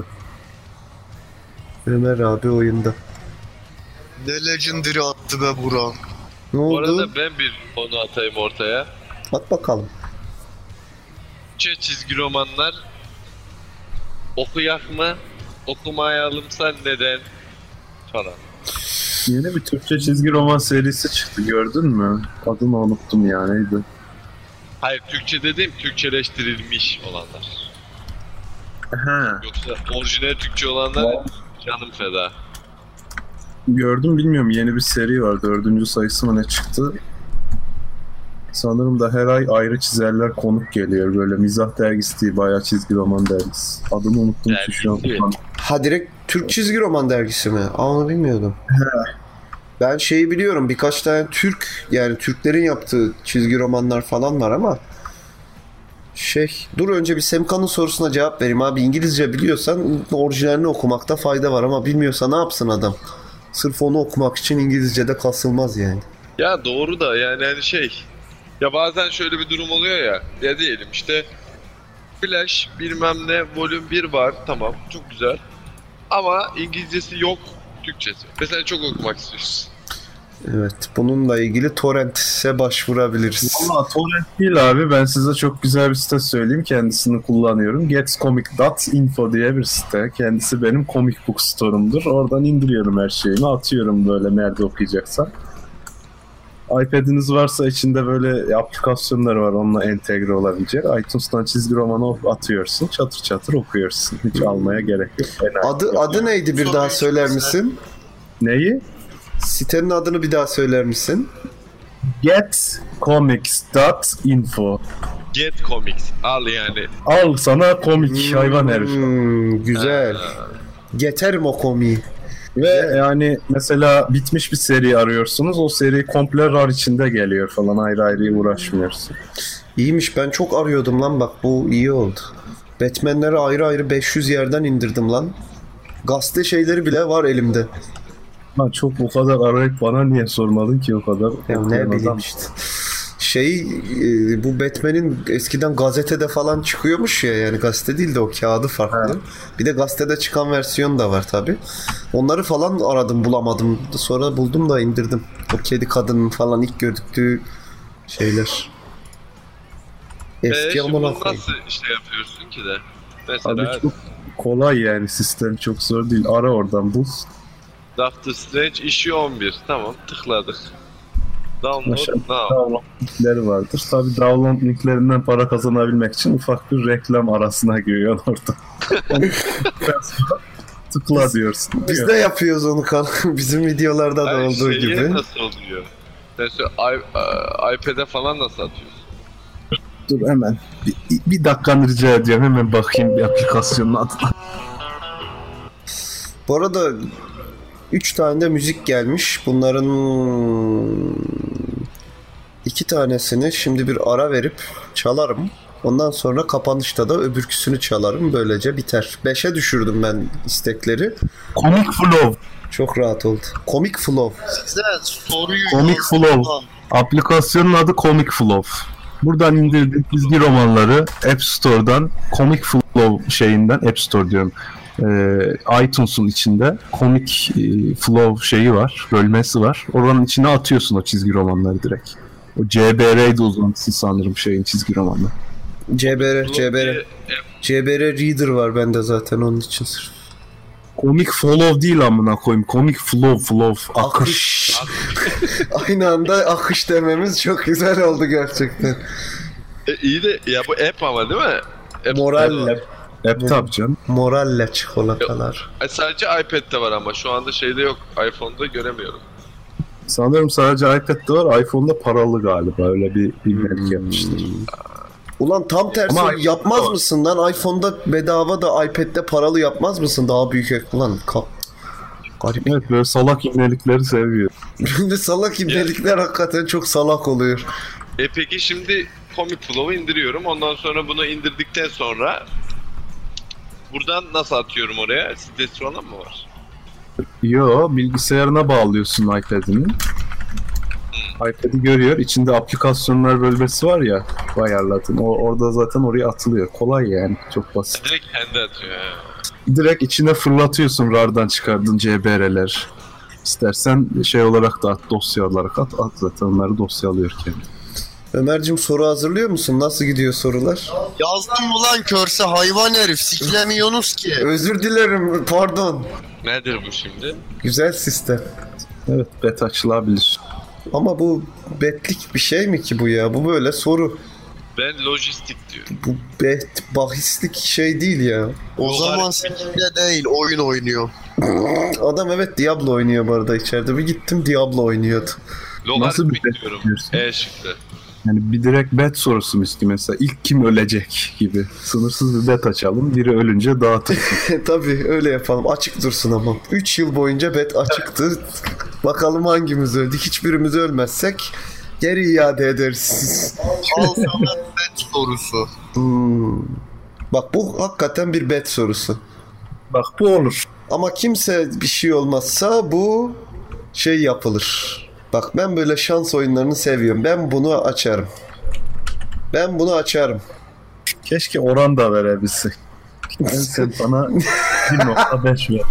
Ömer abi oyunda. Ne legendary attı be Burak. Ne Bu oldu? arada ben bir konu atayım ortaya. At bakalım. Türkçe çizgi romanlar okuyak mı? Okumayalımsa neden? Falan. Yeni bir Türkçe çizgi roman serisi çıktı, gördün mü? Adını unuttum ya, neydi? Hayır, Türkçe dediğim Türkçeleştirilmiş olanlar. Ha. Yoksa orijinal Türkçe olanlar canım feda. Gördüm, bilmiyorum, yeni bir seri var, dördüncü sayısı mı ne çıktı? Sanırım da her ay ayrı çizerler konuk geliyor, böyle mizah dergisi değil, bayağı çizgi roman dergisi. Adını unuttum ki şu an. Ha direkt Türk çizgi roman dergisi mi? Aa, onu bilmiyordum. Ben şeyi biliyorum, birkaç tane Türk, yani Türklerin yaptığı çizgi romanlar falan var ama şey, dur önce bir Semkan'ın sorusuna cevap vereyim abi. İngilizce biliyorsan orijinalini okumakta fayda var ama bilmiyorsa ne yapsın adam? Sırf onu okumak için İngilizce'de kasılmaz yani. Ya doğru da yani hani şey, ya bazen şöyle bir durum oluyor ya, ya diyelim işte Flash bilmem ne volüm bir var, tamam çok güzel ama İngilizcesi yok, Türkçesi. Mesela çok okumak istiyorsun. Evet, bununla ilgili Torrent'e başvurabiliriz. Valla torrent değil abi, ben size çok güzel bir site söyleyeyim, kendisini kullanıyorum. getscomic dot info diye bir site. Kendisi benim comic book store'umdur. Oradan indiriyorum her şeyimi, atıyorum böyle nerede okuyacaksam. iPad'iniz varsa içinde böyle aplikasyonları var, onunla entegre olabilecek. iTunes'tan çizgi romanı atıyorsun, çatır çatır okuyorsun. Hiç almaya gerek yok. Fena. Adı adı neydi, bir daha söyler misin? Neyi? Sitenin adını bir daha söyler misin? getscomics dot info. Get Comics al yani. Al sana komik hayvan herif. Hmm, güzel. Geterim o komiği. Ve yani mesela bitmiş bir seri arıyorsunuz, o seri komple rar içinde geliyor falan, ayrı ayrı uğraşmıyorsun. İyiymiş, ben çok arıyordum lan, bak bu iyi oldu. Batman'leri ayrı ayrı beş yüz yerden indirdim lan. Gazete şeyleri bile var elimde. Ha, çok o kadar arayıp bana niye sormadın ki o kadar? Ya ne bileyim işte. Şey e, bu Batman'in eskiden gazetede falan çıkıyormuş ya, yani gazete değil de o kağıdı farklı. Evet. Bir de gazetede çıkan versiyon da var tabi. Onları falan aradım, bulamadım. Sonra buldum da indirdim. O kedi kadının falan ilk gördüğü şeyler. Eski ee, amına şimdi koyayım. nasıl işte yapıyorsun ki de? Mesela Abi çok kolay yani, sistem çok zor değil. Ara oradan bul. Doctor Strange işi on bir. Tamam, tıkladık. Download Aşağı now. download linkleri vardır. Tabi download linklerinden para kazanabilmek için ufak bir reklam arasına giriyor orada. Tıkla diyorsun. Biz de yapıyoruz onu kan. Bizim videolarda da Ay, olduğu şeyi gibi. nasıl oluyor? Mesela i- iPad'e falan nasıl atıyorsun? Dur hemen. Bir, bir dakikanı rica ediyorum. Hemen bakayım bir aplikasyonun adına. Bu arada üç tane de müzik gelmiş. Bunların iki tanesini şimdi bir ara verip çalarım. Ondan sonra kapanışta da öbürküsünü çalarım. Böylece biter. beşe düşürdüm ben istekleri. Comic Flow. Çok rahat oldu. Comic Flow. Size soruyu Comic yazdım Flow. lan. Aplikasyonun adı Comic Flow. Buradan indirdiğin çizgi romanları App Store'dan Comic Flow şeyinden, App Store diyorum, e, iTunes'un içinde Comic e, Flow şeyi var, bölmesi var. Oranın içine atıyorsun o çizgi romanları direkt. O C B R'ydi uzantısı sanırım şeyin, çizgi romanı. C B R, C B R. C B R Reader var bende zaten onun için sırf. Comic Flow değil amına koyayım. Comic Flow, Flow, akış. Aynı anda akış dememiz çok güzel oldu gerçekten. E, iyi de ya bu app ama değil mi? App Moralle. App tabi canım. Moralle çikolatalar. E, sadece iPad'de var ama şu anda şeyde yok. iPhone'da göremiyorum. Sanırım sadece iPad'de var. iPhone'da paralı galiba. Öyle bir bilgilik yapmışlar. Ulan tam tersi Ama yapmaz iPhone'da mısın lan? iPhone'da bedava da iPad'de paralı yapmaz mısın? Daha büyük ek. Ulan ka- garip. Evet, böyle salak ibnelikleri seviyor. Şimdi salak ibnelikler hakikaten çok salak oluyor. E peki şimdi Comic Flow'u indiriyorum. Ondan sonra bunu indirdikten sonra buradan nasıl atıyorum oraya? Sitesi falan mı var? Yo, bilgisayarına bağlıyorsun iPad'ini. iPad'i görüyor. İçinde aplikasyonlar bölmesi var ya, ayarladın. O orada zaten oraya atılıyor. Kolay yani. Çok basit. Direkt kendi atıyor. He. Direkt içine fırlatıyorsun RAR'dan çıkardığın C B R'ler. İstersen şey olarak da at, dosya olarak at. At zaten onları dosya alıyor kendi. Ömerciğim soru hazırlıyor musun? Nasıl gidiyor sorular? Yazdım mı lan körse hayvan herif? Siklemiyorsunuz ki. Özür dilerim, pardon. Nedir bu şimdi? Güzel sistem. Evet, bet açılabilir. Ama bu betlik bir şey mi ki bu ya? Bu böyle soru. Ben lojistik diyorum. Bu bet, bahislik şey değil ya. O zaman seninle değil oyun oynuyor. Adam evet Diablo oynuyor bu arada içeride. Bir gittim Diablo oynuyordu. Nasıl bir Logaritmik bet diyorum. diyorsun? E şıkkı. Yani bir direkt bet sorusu mu istiyor mesela? İlk kim ölecek gibi. Sınırsız bir bet açalım. Biri ölünce dağıtırsın. Tabii öyle yapalım. Açık dursun ama. üç yıl boyunca bet açıktı. Bakalım hangimiz öldük. Hiçbirimiz ölmezsek geri iade ederiz. Al sana bet sorusu. Hmm. Bak bu hakikaten bir bet sorusu. Bak bu olur. Ama kimse bir şey olmazsa bu şey yapılır. Bak ben böyle şans oyunlarını seviyorum. Ben bunu açarım. Ben bunu açarım. Keşke oran da verebilsek. Ben sen bana bir nokta beş ver.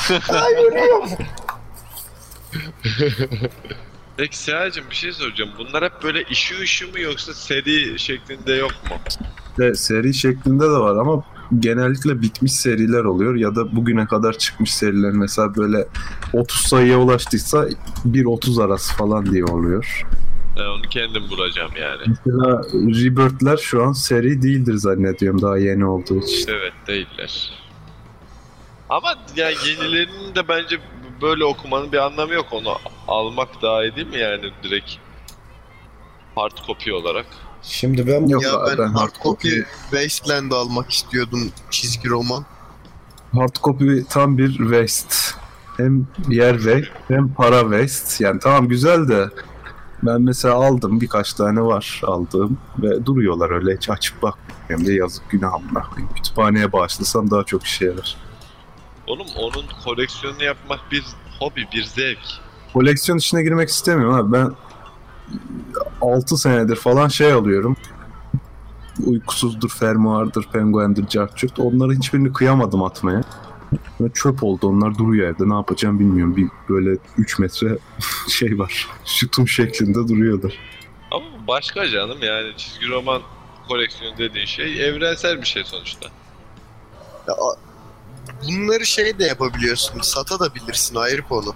Peki Siyah'cığım bir şey soracağım. Bunlar hep böyle işi ışı mı yoksa seri şeklinde yok mu? De, seri şeklinde de var ama genellikle bitmiş seriler oluyor ya da bugüne kadar çıkmış seriler mesela böyle otuz sayıya ulaştıysa bir otuz arası falan diye oluyor. Ben onu kendim bulacağım yani. Mesela Rebirth'ler şu an seri değildir zannediyorum daha yeni olduğu için. Evet değiller. Ama ya yenilerinin de bence böyle okumanın bir anlamı yok. Onu almak daha iyi değil mi yani direkt hard copy olarak? Şimdi ben Yok Ya abi, ben ben hard hard copy copy Wasteland'ı almak istiyordum çizgi roman. hard copy tam bir waste. Hem yer waste hem para waste. Yani tamam güzel de ben mesela aldım birkaç tane var aldığım ve duruyorlar öyle hiç açıp bakmıyorum diye yazık günahımla. Kütüphaneye bağışlasam daha çok işe yarar. Oğlum onun koleksiyonunu yapmak bir hobi, bir zevk. Koleksiyon içine girmek istemiyorum abi. Ben altı senedir falan şey alıyorum. Uykusuzdur, fermuardır, penguendir, cartçurt. Onların hiçbirini kıyamadım atmaya. Ve çöp oldu. Onlar duruyor evde. Ne yapacağım bilmiyorum. Bir böyle üç metre şey var. Sütun şeklinde duruyorlar. Ama bu başka canım yani çizgi roman koleksiyonu dediğin şey evrensel bir şey sonuçta. Ya, bunları şey de yapabiliyorsun. Satabilirsin ayrı konu.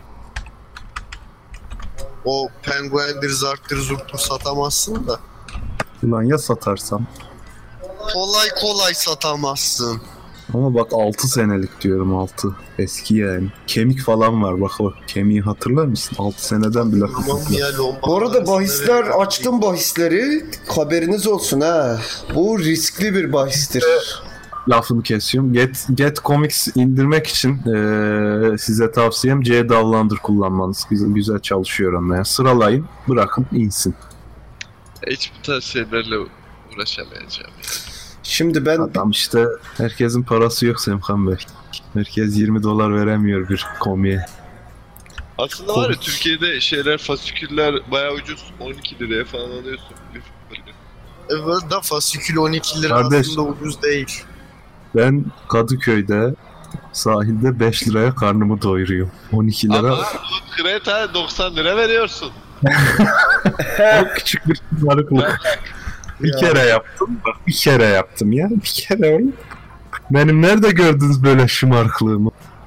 O penguendir, zarttır, zurttur satamazsın da. Ulan ya satarsam? Kolay kolay satamazsın. Ama bak altı senelik diyorum altı. Eski yani. Kemik falan var bak bak. Kemiği hatırlar mısın? altı seneden bile Tamam hatırlar. ya lomba. bu arada bahisler açtım bahisleri. Haberiniz olsun ha. Bu riskli bir bahistir. Lafını kesiyorum. Get, Get Comics indirmek için eee, size tavsiyem C Downloader kullanmanız. Güzel, güzel çalışıyor ama ya. Sıralayın, bırakın insin. Hiç bu tarz şeylerle uğraşamayacağım. Şimdi ben Adam işte herkesin parası yok Semkan Bey. Herkes yirmi dolar veremiyor bir komiye. Aslında var ya Türkiye'de şeyler fasiküller bayağı ucuz. on iki liraya falan alıyorsun. Evet da fasikül on iki lira Kardeş. aslında ucuz değil. Ben Kadıköy'de sahilde beş liraya karnımı doyuruyorum. on iki lira. Ama bu kreta doksan lira veriyorsun. O küçük bir şımarıklık. Bir Ya. kere yaptım. Bak bir kere yaptım ya. Bir kere oğlum. Benim nerede gördünüz böyle şımarıklığımı?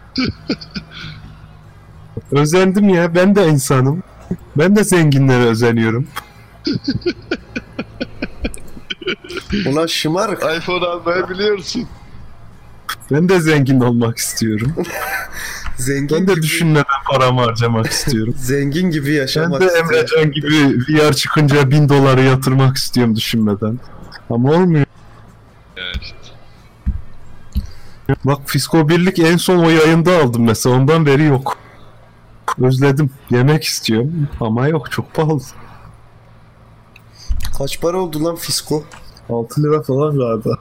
Özendim ya. Ben de insanım. Ben de zenginlere özeniyorum. ulan şımarık. iPhone almayı biliyorsun. Ben de zengin olmak istiyorum. Zengin Ben de gibi, düşünmeden paramı harcamak istiyorum. zengin gibi Ben yaşamak de istiyorum. Emrecan gibi V R çıkınca bin doları yatırmak istiyorum düşünmeden. Ama olmuyor. Ya işte. Bak Fisko Birlik en son o yayında aldım mesela. Ondan beri yok. Özledim. Yemek istiyorum ama yok. Çok pahalı. Kaç para oldu lan fisko? altı lira falan galiba.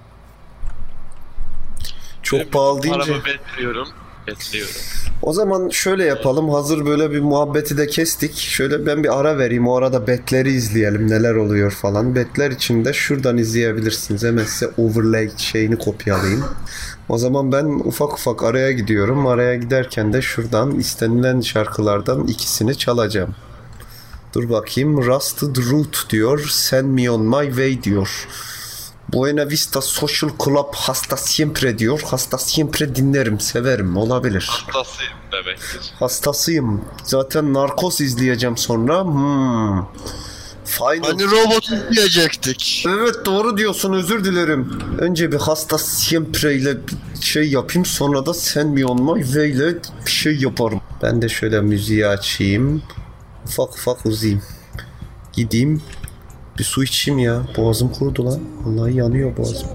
Çok Benim pahalı deyince. Paramı bekliyorum. Bekliyorum. O zaman şöyle yapalım. Hazır böyle bir muhabbeti de kestik. Şöyle ben bir ara vereyim. O arada betleri izleyelim. Neler oluyor falan. Betler için de şuradan izleyebilirsiniz. Hemen size overlay şeyini kopyalayayım. O zaman ben ufak ufak araya gidiyorum. Araya giderken de şuradan istenilen şarkılardan ikisini çalacağım. Dur bakayım. Rusted Root diyor. Send me on my way diyor. Buena Vista Social Club hasta siempre diyor. Hasta siempre dinlerim, severim. Olabilir. Hastasıyım demektir. Hastasıyım. Zaten Narcos izleyeceğim sonra. Hmm. Final. Hani robot izleyecektik. Evet doğru diyorsun, özür dilerim. Önce bir hasta siempre ile bir şey yapayım, sonra da Send Me On My Way ile bir şey yaparım. Ben de şöyle müziği açayım. Ufak ufak uzayayım. Gideyim. Bir su içeyim ya. Boğazım kurudu lan. Vallahi yanıyor boğazım.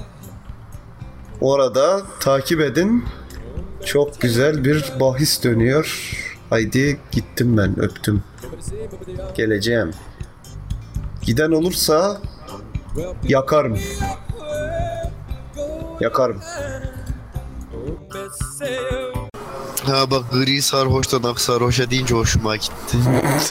O arada takip edin. Çok güzel bir bahis dönüyor. Haydi gittim ben, öptüm. Geleceğim. Giden olursa yakarım. Yakarım. Ha bak gri sarhoştan ak sarhoşa deyince hoşuma gitti.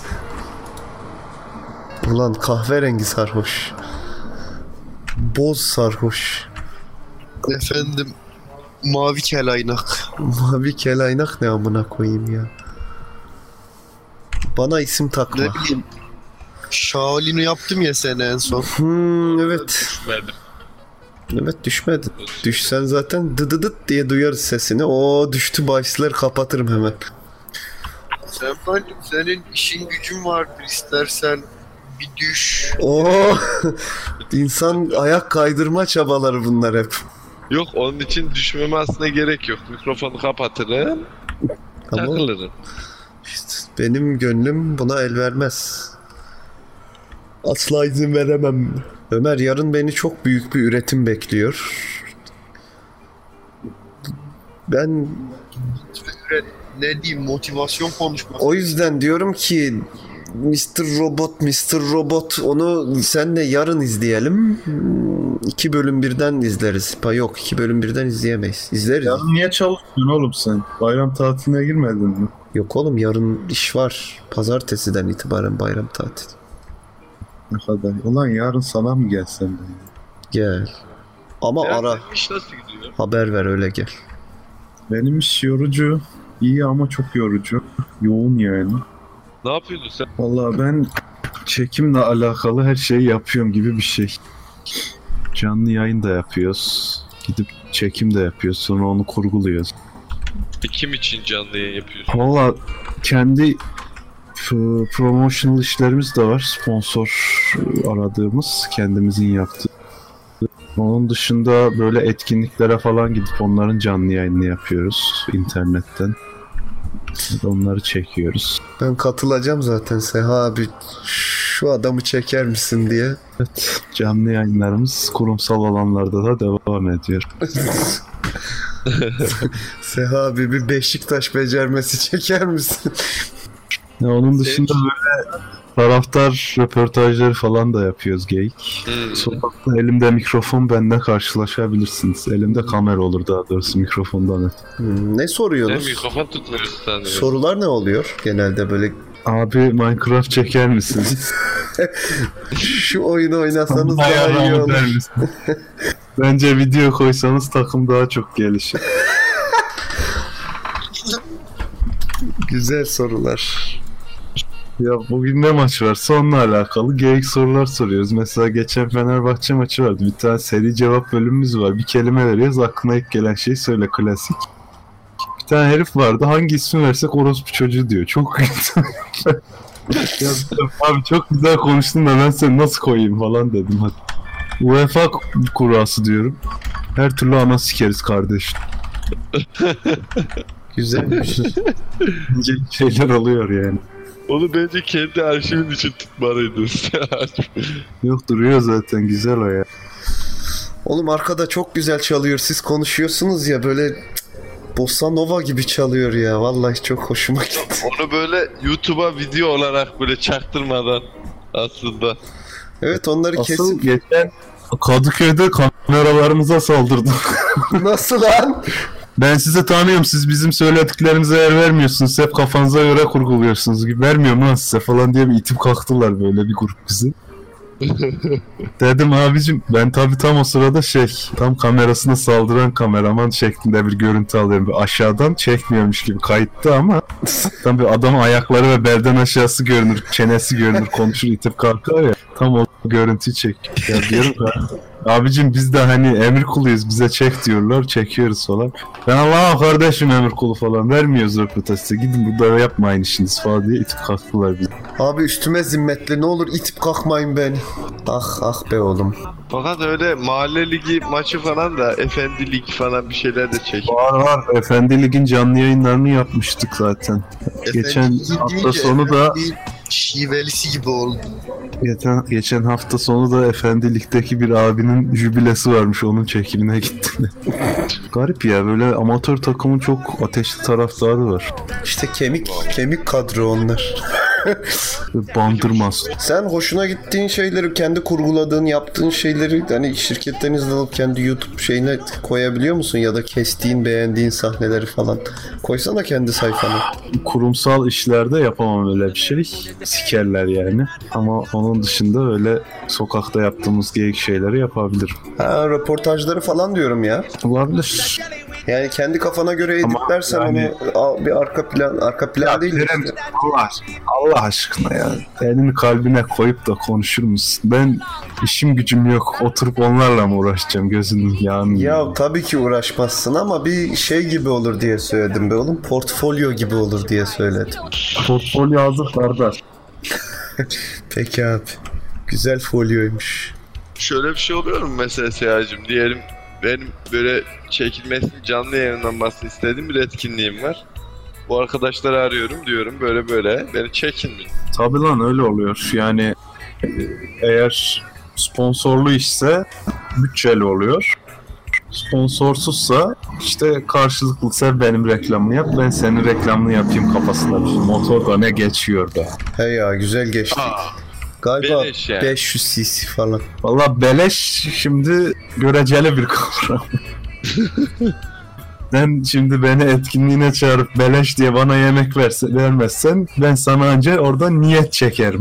Ulan kahverengi sarhoş. Boz sarhoş. Efendim mavi kelaynak. Mavi kelaynak ne amına koyayım ya. Bana isim takma. Ne bileyim. Shaolin'i yaptım ya sen en son. Hmm, evet. Düşmedim. Evet düşmedi. Düşsen zaten dıdıdıt diye duyarız sesini. O düştü bahisleri kapatırım hemen. Sen bence senin işin gücün vardır, istersen bir düş. Oo, insan ayak kaydırma çabaları bunlar hep. Yok onun için düşmeme aslında gerek yok. Mikrofonu kapatırım. Ama Takılırım. işte benim gönlüm buna el vermez. Asla izin veremem. Ömer, yarın beni çok büyük bir üretim bekliyor. Ben Ne diyeyim, motivasyon konuşması. o yüzden diyorum ki mister Robot, mister Robot onu senle yarın izleyelim. Hmm, İki bölüm birden izleriz. Pa yok, iki bölüm birden izleyemeyiz. İzleriz. Yarın niye çalışıyorsun oğlum sen? Bayram tatiline girmedin mi? Yok oğlum, yarın iş var. Pazartesiden itibaren bayram tatili. Ne kadar? Ulan yarın sana mı gelsem ben? Gel. Ama Ya, ara. senin iş nasıl gidiyor? Haber ver, öyle gel. Benim iş yorucu. İyi ama çok yorucu. Yoğun yani. Ne yapıyordun sen? Vallahi ben çekimle alakalı her şeyi yapıyorum gibi bir şey. Canlı yayın da yapıyoruz. Gidip çekim de yapıyoruz. Sonra onu kurguluyoruz. E, kim için canlı yayın yapıyorsun? Valla kendi p- promotional işlerimiz de var. Sponsor aradığımız, kendimizin yaptığı. Onun dışında böyle etkinliklere falan gidip onların canlı yayınını yapıyoruz internetten. Onları çekiyoruz. Ben katılacağım zaten Seha abi. Şu adamı çeker misin diye. Evet, canlı yayınlarımız kurumsal alanlarda da devam ediyor. Seha abi bir Beşiktaş becermesi çeker misin? Ya onun dışında böyle Taraftar röportajları falan da yapıyoruz geyik. Hmm. Sokakta elimde mikrofon benimle karşılaşabilirsiniz. Elimde kamera olur daha doğrusu mikrofondan öte. Hmm, ne Ne soruyorsunuz? mikrofon tutmuyorsun sanıyorum. Sorular ne oluyor genelde böyle? Abi Minecraft çeker misiniz? Şu oyunu oynasanız daha iyi Ayarlamı olur. der misin? Bence video koysanız takım daha çok gelişir. Güzel sorular. Ya bugün ne maç varsa onunla alakalı geyik sorular soruyoruz. Mesela geçen Fenerbahçe maçı vardı. Bir tane seri cevap bölümümüz var. Bir kelime veriyoruz. Aklına ilk gelen şeyi söyle, klasik. Bir tane herif vardı. Hangi ismi versek orospu çocuğu diyor. Çok güzel. Ya abi çok güzel konuştun da ben seni nasıl koyayım falan dedim. Hadi. UEFA kurası diyorum. Her türlü ana sikeriz kardeş. Güzelmiş. Şeyler oluyor yani. Onu bence kendi arşivin için tutmalıydın. Yok duruyor zaten, güzel o ya. Oğlum arkada çok güzel çalıyor. Siz konuşuyorsunuz ya böyle cık, Bossa Nova gibi çalıyor ya. Vallahi çok hoşuma gitti. Onu böyle YouTube'a video olarak böyle çaktırmadan aslında. Evet onları Asıl kesip... geçen Kadıköy'de kameralarımıza saldırdı. Nasıl lan? Ben sizi tanıyorum, siz bizim söylediklerimize yer vermiyorsunuz, hep kafanıza göre kurguluyorsunuz gibi, vermiyorum lan size falan diye bir itip kalktılar böyle bir grup bizi. Dedim abicim ben tabi tam o sırada şey, tam kamerasına saldıran kameraman şeklinde bir görüntü alıyorum. Bir aşağıdan çekmiyormuş gibi kayıttı ama tabi adam ayakları ve belden aşağısı görünür, çenesi görünür, konuşur itip kalkar ya, tam o görüntüyü çek. Ya diyorum ya, abicim biz de hani emir kuluyuz, bize çek diyorlar, çekiyoruz falan. Ben Allah'ım kardeşim emir kulu falan, vermiyoruz röportajı, gidin burada yapmayın işiniz falan diye itip kalktılar bizi. Abi üstüme zimmetli, ne olur itip kalkmayın beni. Ah ah be oğlum. Fakat öyle mahalle ligi maçı falan da efendi lig falan bir şeyler de çek. Var var, Efendi Lig'in canlı yayınlarını yapmıştık zaten. Geçen Efendim, hafta deyince sonu da efendi şivelisi gibi oldu. geçen, geçen hafta sonu da Efendi Lig'deki bir abinin jübilesi varmış, onun çekimine gittim. Garip ya, böyle amatör takımın çok ateşli taraftarı var. İşte kemik kemik kadro onlar. Bandırmaz. Sen hoşuna gittiğin şeyleri, kendi kurguladığın, yaptığın şeyleri hani şirketten izin alıp kendi YouTube şeyine koyabiliyor musun? Ya da kestiğin, beğendiğin sahneleri falan. Koysana kendi sayfana. Kurumsal işlerde yapamam öyle bir şey. Sikerler yani. Ama onun dışında öyle sokakta yaptığımız geyik şeyleri yapabilirim. Ha, röportajları falan diyorum ya. Olabilir. Yani kendi kafana göre Ama editlersen yani- onu al- bir arka plan, arka plan Ya değil Kerem, işte. Allah, Allah aşkına ya. Elini kalbine koyup da konuşur musun? Ben işim gücüm yok. Oturup onlarla mı uğraşacağım, gözünün yağını? Ya tabii ki uğraşmazsın ama bir şey gibi olur diye söyledim be oğlum. Portfolyo gibi olur diye söyledim. Portfolyo hazır kardeş. Peki abi. Güzel folyoymuş. Şöyle bir şey oluyor mu mesela Seyacım? Diyelim benim böyle çekilmesini canlı yayınlanmasını istediğim bir etkinliğim var. Bu arkadaşları arıyorum, diyorum böyle böyle beni çekin mi? Tabii lan, öyle oluyor. Yani e, eğer sponsorlu işse bütçeli oluyor. Sponsorsuzsa işte karşılıklı, sen benim reklamını yap, ben senin reklamını yapayım kafasında. Motorda ne geçiyor be. He ya güzel geçti. Aa, Galiba beleş yani. beş yüz cc falan. Valla beleş şimdi göreceli bir kavram. Sen şimdi beni etkinliğine çağırıp beleş diye bana yemek verse, vermezsen ben sana önce orada niyet çekerim.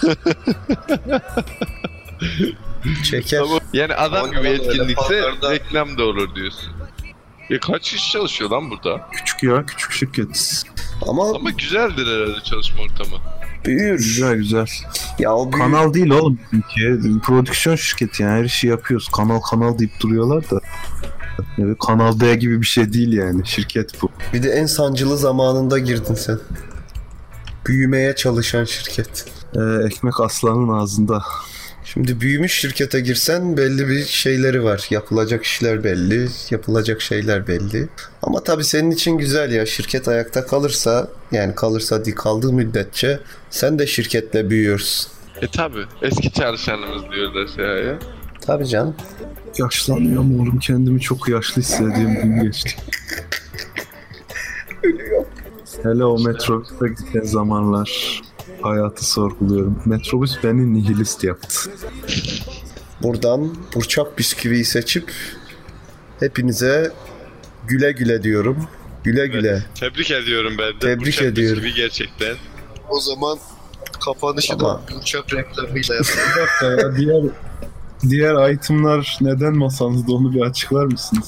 Çeker. Tamam. Yani adam Ama gibi öyle etkinlikse pazarda- reklam da olur diyorsun. E kaç kişi çalışıyor lan burada? Küçük ya, küçük şirket. Ama Ama güzeldir herhalde çalışma ortamı. büyür. Güzel güzel. Ya o büyür. Kanal değil oğlum bizimki. Prodüksiyon şirketi yani, her işi yapıyoruz. Kanal kanal deyip duruyorlar da. Yani Kanal D gibi bir şey değil yani. Şirket bu. Bir de en sancılı zamanında girdin sen. Büyümeye çalışan şirket. Ee, ekmek aslanın ağzında. Şimdi büyümüş şirkete girsen belli bir şeyleri var. Yapılacak işler belli, yapılacak şeyler belli. Ama tabii senin için güzel ya. Şirket ayakta kalırsa, yani kalırsa değil, kaldığı müddetçe sen de şirketle büyüyorsun. E tabi eski çalışanımız diyorlar Seya'ya. Tabii canım. Yaşlanıyorum oğlum. Kendimi çok yaşlı hissediyorum. Gün geçti. Hele o metrobüste giden zamanlar. hayatı sorguluyorum. Metrobüs beni nihilist yaptı. Buradan burçak bisküviyi seçip hepinize güle güle diyorum. Güle güle. Tebrik ediyorum ben de. Tebrik Burçak ediyorum. bisküvi gerçekten. O zaman kapanışı Ama- da uçak reklamıyla yapalım. Bir dakika ya, diğer diğer itemlar neden masanızda, onu bir açıklar mısınız?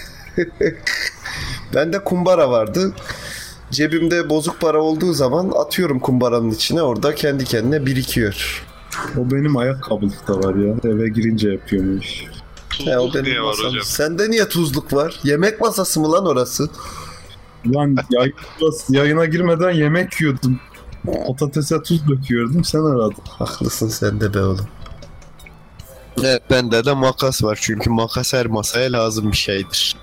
Bende kumbara vardı. Cebimde bozuk para olduğu zaman atıyorum kumbaranın içine, orada kendi kendine birikiyor. O benim ayakkabılıkta var ya. Eve girince yapıyormuş. He, o Tuzluk benim niye var masam. hocam? Sende niye tuzluk var? Yemek masası mı lan orası? Lan yayına, yayına girmeden yemek yiyordum. Patatese tuz döküyordum, sen aradın. Haklısın sen de be oğlum. Evet, bende de makas var çünkü makas her masaya lazım bir şeydir.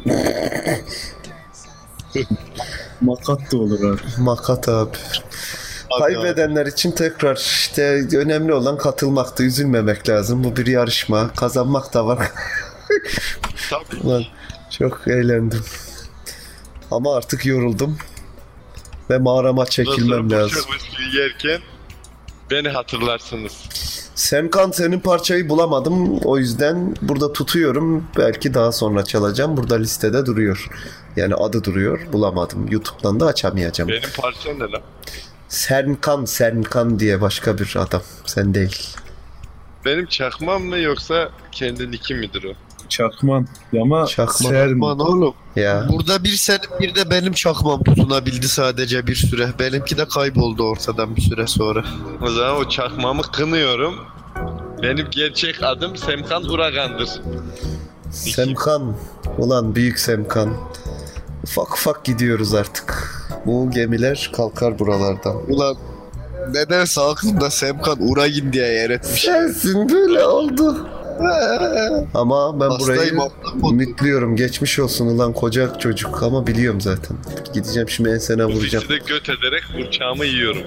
Makat da olur abi. Makat abi. Kaybedenler için tekrar işte önemli olan katılmaktı, üzülmemek lazım. Bu bir yarışma. Kazanmak da var. Tabii. Ulan çok eğlendim. Ama artık yoruldum. Ve mağarama çekilmem lazım. Burçak bisküvi yerken beni hatırlarsınız. Semkan, senin parçayı bulamadım. O yüzden burada tutuyorum. Belki daha sonra çalacağım. Burada listede duruyor. Yani adı duruyor. Bulamadım. YouTube'dan da açamayacağım. Benim parça ne lan? Semkan, Semkan diye başka bir adam. Sen değil. Benim çakmam mı yoksa kendi nickim midir o? Çakman. Ama Çakman. Sern. Aman oğlum. Ya. Burada bir senin bir de benim çakmam tutunabildi sadece bir süre. Benimki de kayboldu ortadan bir süre sonra. O zaman o çakmamı kınıyorum. Benim gerçek adım Semkan Uragan'dır. Semkan. Ulan büyük Semkan. Ufak ufak gidiyoruz artık. Bu gemiler kalkar buralardan. Ulan nedense aklımda Semkan Uragin diye yer etmiş. Sensin, böyle oldu. Ama ben burayı Hastayım, atlam. ümitliyorum. Geçmiş olsun ulan koca çocuk, ama biliyorum zaten. Gideceğim şimdi ensene Bu vuracağım. de göt ederek burçağımı yiyorum.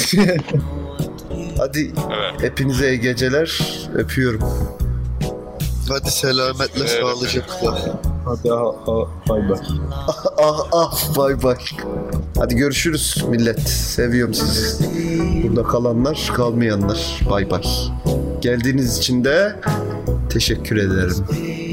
Hadi Evet. hepinize iyi geceler. Öpüyorum. Hadi selametle, Evet. sağlıcakla. Hadi ha, ha, bay bay. Ah ah bay bay. Hadi görüşürüz millet. Seviyorum sizi. Burada kalanlar, kalmayanlar. Bay bay. Geldiğiniz için de teşekkür ederim.